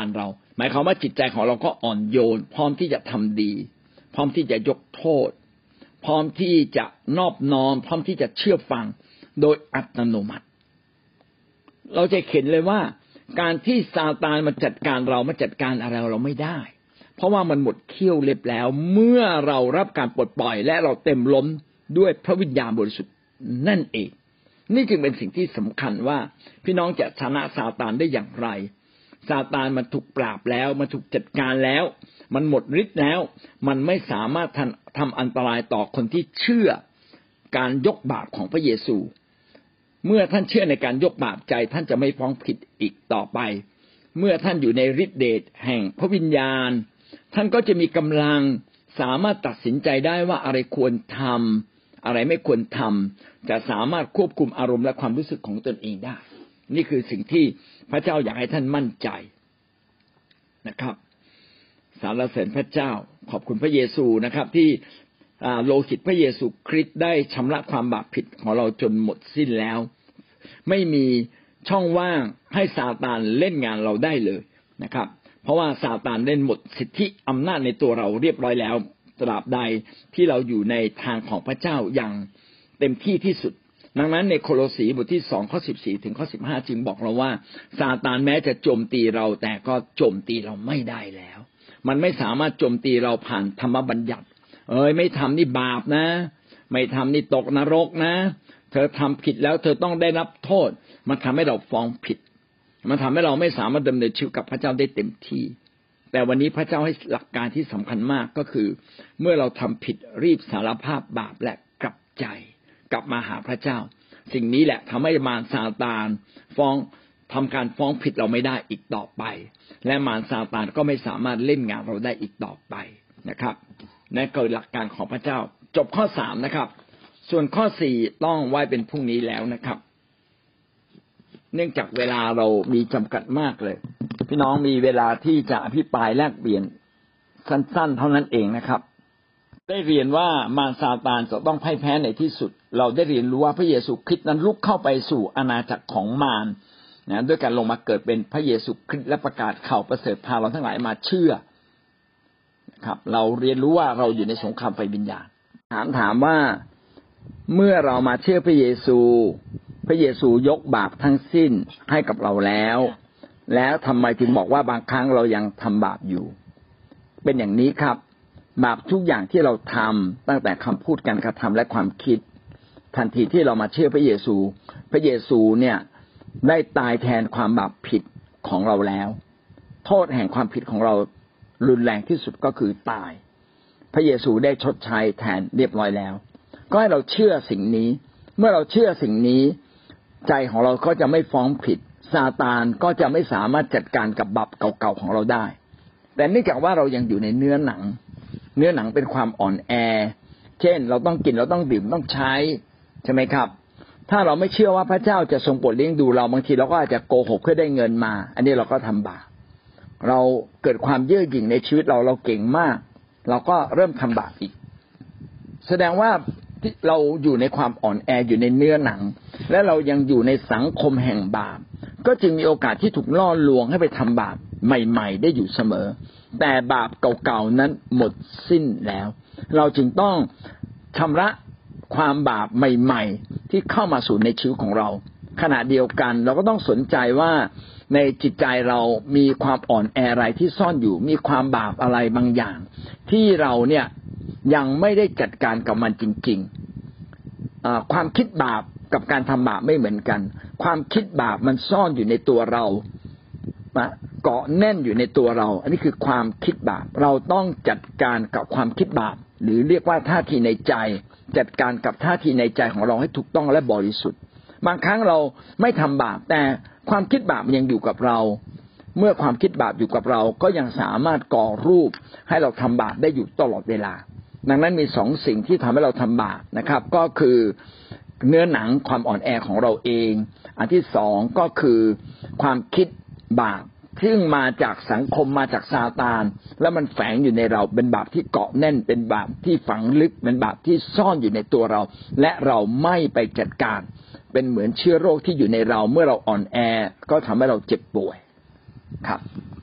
หมายความว่าจิตใจของเราก็อ่อนโยนพร้อมที่จะทำดีพร้อมที่จะยกโทษพร้อมที่จะนอบน้อมพร้อมที่จะเชื่อฟังโดยอัตโนมัติเราจะเห็นเลยว่าการที่ซาตานมาจัดการเรามาจัดการอะไรเราไม่ได้เพราะว่ามันหมดเขี้ยวเล็บแล้วเมื่อเรารับการปลดปล่อยและเราเต็มล้นด้วยพระวิญญาณบริสุทธิ์นั่นเองนี่จึงเป็นสิ่งที่สำคัญว่าพี่น้องจะชนะซาตานได้อย่างไรซาตานมันถูกปราบแล้วมันถูกจัดการแล้วมันหมดฤทธิ์แล้วมันไม่สามารถทำอันตรายต่อคนที่เชื่อการยกบาปของพระเยซูเมื่อท่านเชื่อในการยกบาปใจท่านจะไม่ฟ้องผิดอีกต่อไปเมื่อท่านอยู่ในฤทธิเดชแห่งพระวิญญาณท่านก็จะมีกำลังสามารถตัดสินใจได้ว่าอะไรควรทำอะไรไม่ควรทำจะสามารถควบคุมอารมณ์และความรู้สึกของตนเองได้นี่คือสิ่งที่พระเจ้าอยากให้ท่านมั่นใจนะครับสรรเสริญพระเจ้าขอบคุณพระเยซูนะครับที่โลหิตพระเยซูคริสต์ได้ชำระความบาปผิดของเราจนหมดสิ้นแล้วไม่มีช่องว่างให้ซาตานเล่นงานเราได้เลยนะครับเพราะว่าซาตานเล่นหมดสิทธิอำนาจในตัวเราเรียบร้อยแล้วตราบใดที่เราอยู่ในทางของพระเจ้าอย่างเต็มที่ที่สุดดังนั้นในโคโลสีบทที่2ข้อ14ถึงข้อ15จึงบอกเราว่าซาตานแม้จะโจมตีเราแต่ก็โจมตีเราไม่ได้แล้วมันไม่สามารถโจมตีเราผ่านธรรมบัญญัติไม่ทำนี่บาปนะไม่ทำนี่ตกนรกนะเธอทำผิดแล้วเธอต้องได้รับโทษมันทำให้เราฟ้องผิดมันทำให้เราไม่สามารถดำเนินชีวิตกับพระเจ้าได้เต็มที่แต่วันนี้พระเจ้าให้หลักการที่สำคัญมากก็คือเมื่อเราทำผิดรีบสารภาพบาปและกลับใจกลับมาหาพระเจ้าสิ่งนี้แหละทำให้มารซาตานทำการฟ้องผิดเราไม่ได้อีกต่อไปและมารซาตานก็ไม่สามารถเล่นงานเราได้อีกต่อไปนะครับนั่นคือหลักการของพระเจ้าจบข้อ3นะครับส่วนข้อ4ต้องไว้เป็นพรุ่งนี้แล้วนะครับเนื่องจากเวลาเรามีจำกัดมากเลยพี่น้องมีเวลาที่จะอภิปรายแลกเปลี่ยนสั้นๆเท่านั้นเองนะครับได้เรียนว่ามารซาตานจะต้องพ่ายแพ้ในที่สุดเราได้เรียนรู้ว่าพระเยซูคริสต์นั้นลุกเข้าไปสู่อาณาจักรของมารนะด้วยการลงมาเกิดเป็นพระเยซูคริสต์และประกาศข่าวประเสริฐพาเราทั้งหลายมาเชื่อครับเราเรียนรู้ว่าเราอยู่ในสงครามไฟวิญญาณถามว่าเมื่อเรามาเชื่อพระเยซูยกบาปทั้งสิ้นให้กับเราแล้วทำไมถึงบอกว่าบางครั้งเรายังทำบาปอยู่เป็นอย่างนี้ครับบาปทุกอย่างที่เราทำตั้งแต่คำพูดการกระทำและความคิดทันทีที่เรามาเชื่อพระเยซูเนี่ยได้ตายแทนความบาปผิดของเราแล้วโทษแห่งความผิดของเรารุนแรงที่สุดก็คือตายพระเยซูได้ชดใช้แทนเรียบร้อยแล้วก็ให้เราเชื่อสิ่งนี้เมื่อเราเชื่อสิ่งนี้ใจของเราก็จะไม่ฟ้องผิดซาตานก็จะไม่สามารถจัดการกับบาปเก่าๆของเราได้แต่เนื่องจากว่าเรายังอยู่ในเนื้อหนังเป็นความอ่อนแอเช่นเราต้องกินเราต้องดื่มต้องใช้ใช่ไหมครับถ้าเราไม่เชื่อว่าพระเจ้าจะทรงโปรดเลี้ยงดูเราบางทีเราก็อาจจะโกหกเพื่อได้เงินมาอันนี้เราก็ทำบาปเราเกิดความเย่อหยิ่งในชีวิตเราเก่งมากเราก็เริ่มทำบาปอีกแสดงว่าเราอยู่ในความอ่อนแออยู่ในเนื้อหนังและเรายังอยู่ในสังคมแห่งบาปก็จึงมีโอกาสที่ถูกล่อลวงให้ไปทำบาปใหม่ๆได้อยู่เสมอแต่บาปเก่าๆนั้นหมดสิ้นแล้วเราจึงต้องชำระความบาปใหม่ๆที่เข้ามาสู่ในชีวิตของเราขณะเดียวกันเราก็ต้องสนใจว่าในจิตใจเรามีความอ่อนแออะไรที่ซ่อนอยู่มีความบาปอะไรบางอย่างที่เราเนี่ยยังไม่ได้จัดการกับมันจริงๆความคิดบาปกับการทำบาปไม่เหมือนกันความคิดบาปมันซ่อนอยู่ในตัวเราเกาะแน่นอยู่ในตัวเราอันนี้คือความคิดบาปเราต้องจัดการกับความคิดบาปหรือเรียกว่าท่าทีในใจจัดการกับท่าทีในใจของเราให้ถูกต้องและบริสุทธิ์บางครั้งเราไม่ทำบาปแต่ความคิดบาปยังอยู่กับเราเมื่อความคิดบาปอยู่กับเราก็ยังสามารถก่อรูปให้เราทำบาปได้อยู่ตลอดเวลาดังนั้นมี2สิ่งที่ทำให้เราทำบาปนะครับก็คือเนื้อหนังความอ่อนแอของเราเองอันที่2ก็คือความคิดบาปซึ่งมาจากสังคมมาจากซาตานแล้วมันแฝงอยู่ในเราเป็นบาปที่เกาะแน่นเป็นบาปที่ฝังลึกเป็นบาปที่ซ่อนอยู่ในตัวเราและเราไม่ไปจัดการเป็นเหมือนเชื้อโรคที่อยู่ในเราเมื่อเราอ่อนแอก็ทำให้เราเจ็บป่วยครับ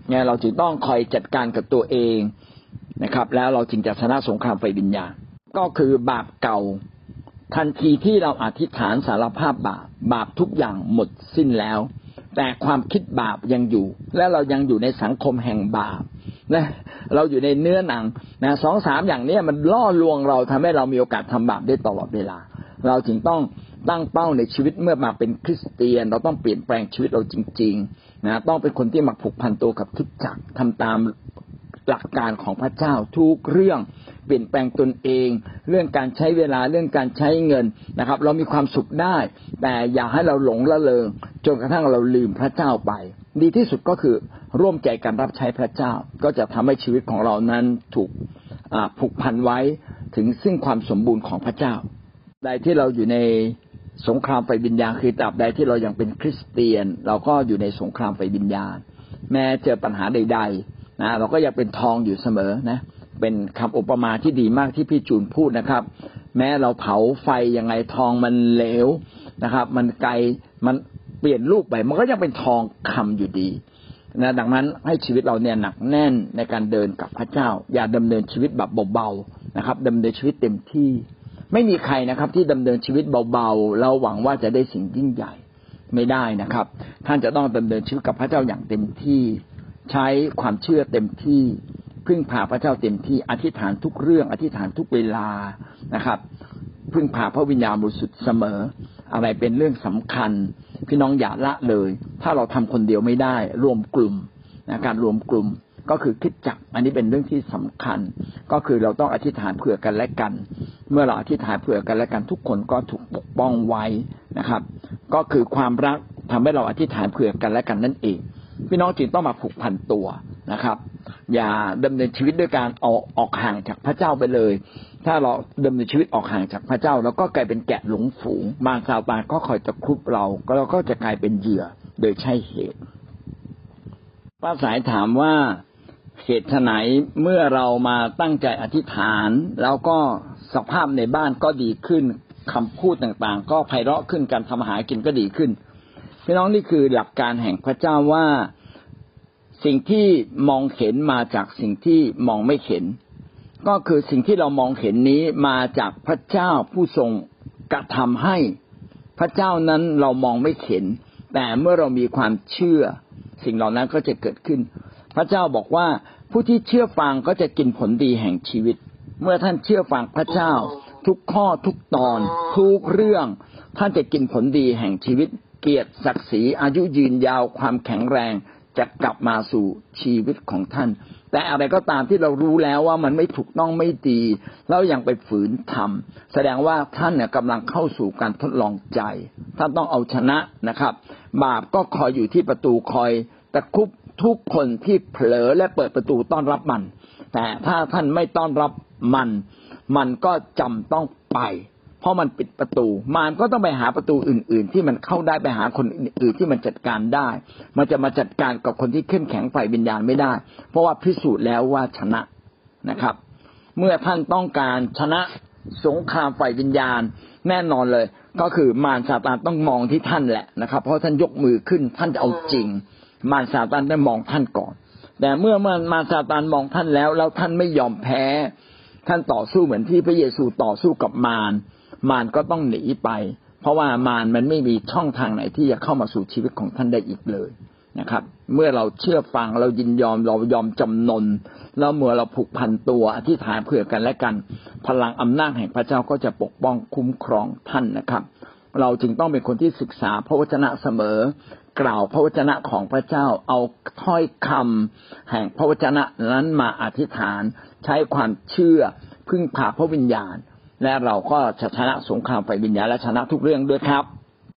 เนี่ยเราจึงต้องคอยจัดการกับตัวเองนะครับแล้วเราจึงจะชนะสงครามไฟวิญญาณก็คือบาปเก่าทันทีที่เราอธิษฐานสารภาพบาปทุกอย่างหมดสิ้นแล้วแต่ความคิดบาปยังอยู่และเรายังอยู่ในสังคมแห่งบาปนะเราอยู่ในเนื้อหนังนะ2-3อย่างนี้มันล่อลวงเราทำให้เรามีโอกาสทำบาปได้ตลอดเวลาเราจึงต้องตั้งเป้าในชีวิตเมื่อมาเป็นคริสเตียนเราต้องเปลี่ยนแปลงชีวิตเราจริงๆนะต้องเป็นคนที่มาผูกพันตัวกับคริสตจักรทำตามหลักการของพระเจ้าทุกเรื่องเปลี่ยนแปลงตนเองเรื่องการใช้เวลาเรื่องการใช้เงินนะครับเรามีความสุขได้แต่อย่าให้เราหลงละเลงจนกระทั่งเราลืมพระเจ้าไปดีที่สุดก็คือร่วมใจกันรับใช้พระเจ้าก็จะทำให้ชีวิตของเรานั้นถูกผูกพันไว้ถึงซึ่งความสมบูรณ์ของพระเจ้าใดที่เราอยู่ในสงครามไฟวิญญาณคือตราบใดที่เรายังเป็นคริสเตียนเราก็อยู่ในสงครามไฟวิญญาณแม้เจอปัญหาใดๆนะเราก็ยังเป็นทองอยู่เสมอนะเป็นคำอุปมาที่ดีมากที่พี่จูนพูดนะครับแม้เราเผาไฟยังไงทองมันเหลวนะครับมันไกลมันเปลี่ยนรูปไปมันก็ยังเป็นทองคำอยู่ดีนะดังนั้นให้ชีวิตเราเนี่ยหนักแน่นในการเดินกับพระเจ้าอย่าดำเนินชีวิตแบบเบาๆนะครับดำเนินชีวิตเต็มที่ไม่มีใครนะครับที่ดำเนินชีวิตเบาๆแล้วหวังว่าจะได้สิ่งยิ่งใหญ่ไม่ได้นะครับท่านจะต้องดำเนินชีวิตกับพระเจ้าอย่างเต็มที่ใช้ความเชื่อเต็มที่พึ่งพาพระเจ้าเต็มที่อธิษฐานทุกเรื่องอธิษฐานทุกเวลานะครับพึ่งพาพระวิญญาณบริสุทธิ์เสมออะไรเป็นเรื่องสำคัญพี่น้องอย่าละเลยถ้าเราทำคนเดียวไม่ได้รวมกลุ่มนะการรวมกลุ่มก็คือคริสตจักรอันนี้เป็นเรื่องที่สำคัญก็คือเราต้องอธิษฐานเผื่อกันและกันเมื่อเราอธิษฐานเผื่อกันและกันทุกคนก็ถูกปกป้องไว้นะครับก็คือความรักทำให้เราอธิษฐานเผื่อกันและกันนั่นเองพี่น้องจึงต้องมาผูกพันตัวนะครับอย่าดำเนินชีวิตด้วยการออกห่างจากพระเจ้าไปเลยถ้าเราดำเนินชีวิตออกห่างจากพระเจ้าเราก็กลายเป็นแกะหลงฝูงมารซาตานก็คอยตะครุบเราก็จะกลายเป็นเหยื่อโดยใช่เหตุป้าสายถามว่าเหตุไหนเมื่อเรามาตั้งใจอธิษฐานแล้วก็สภาพในบ้านก็ดีขึ้นคำพูดต่างๆก็ไพเราะขึ้นการทำอาหารกินก็ดีขึ้นพี่น้องนี่คือหลักการแห่งพระเจ้าว่าสิ่งที่มองเห็นมาจากสิ่งที่มองไม่เห็นก็คือสิ่งที่เรามองเห็นนี้มาจากพระเจ้าผู้ทรงกระทำให้พระเจ้านั้นเรามองไม่เห็นแต่เมื่อเรามีความเชื่อสิ่งเหล่านั้นก็จะเกิดขึ้นพระเจ้าบอกว่าผู้ที่เชื่อฟังก็จะกินผลดีแห่งชีวิตเมื่อท่านเชื่อฟังพระเจ้าทุกข้อทุกตอนทุกเรื่องท่านจะกินผลดีแห่งชีวิตเกียรติศักดิ์ศรีอายุยืนยาวความแข็งแรงจะกลับมาสู่ชีวิตของท่านแต่อะไรก็ตามที่เรารู้แล้วว่ามันไม่ถูกต้องไม่ดีแล้วยังไปฝืนทำแสดงว่าท่านเนี่ยกำลังเข้าสู่การทดลองใจท่านต้องเอาชนะนะครับบาปก็คอยอยู่ที่ประตูคอยตะคุบทุกคนที่เผลอและเปิดประตูต้อนรับมันแต่ถ้าท่านไม่ต้อนรับมันก็จำต้องไปเพราะมันปิดประตูมารก็ต้องไปหาประตูอื่นๆที่มันเข้าได้ไปหาคนอื่นๆที่มันจัดการได้มันจะมาจัดการกับคนที่เข้มแข็งฝ่ายวิญญาณไม่ได้เพราะว่าพิสูจน์แล้วว่าชนะนะครับเมื่อท่านต้องการชนะสงครามฝ่ายวิญญาณแน่นอนเลยก็คือมารซาตานต้องมองที่ท่านแหละนะครับเพราะท่านยกมือขึ้นท่านจะเอาจริงมารซาตานได้มองท่านก่อนแต่เมื่อมารซาตานมองท่านแล้วท่านไม่ยอมแพ้ท่านต่อสู้เหมือนที่พระเยซูต่อสู้กับมารก็ต้องหนีไปเพราะว่ามารมันไม่มีช่องทางไหนที่จะเข้ามาสู่ชีวิตของท่านได้อีกเลยนะครับเมื่อเราเชื่อฟังเรายินยอมเรายอมจำนนแล้วเมื่อเราผูกพันตัวอธิษฐานเผื่อกันและกันพลังอำนาจแห่งพระเจ้าก็จะปกป้องคุ้มครองท่านนะครับเราจึงต้องเป็นคนที่ศึกษาพระวจนะเสมอกล่าวพระวจนะของพระเจ้าเอาถ้อยคำแห่งพระวจนะนั้นมาอธิษฐานใช้ความเชื่อพึ่งพาพระวิญญาณและเราก็จะชนะสงครามไฟวิญญาณและชนะทุกเรื่องด้วยครับ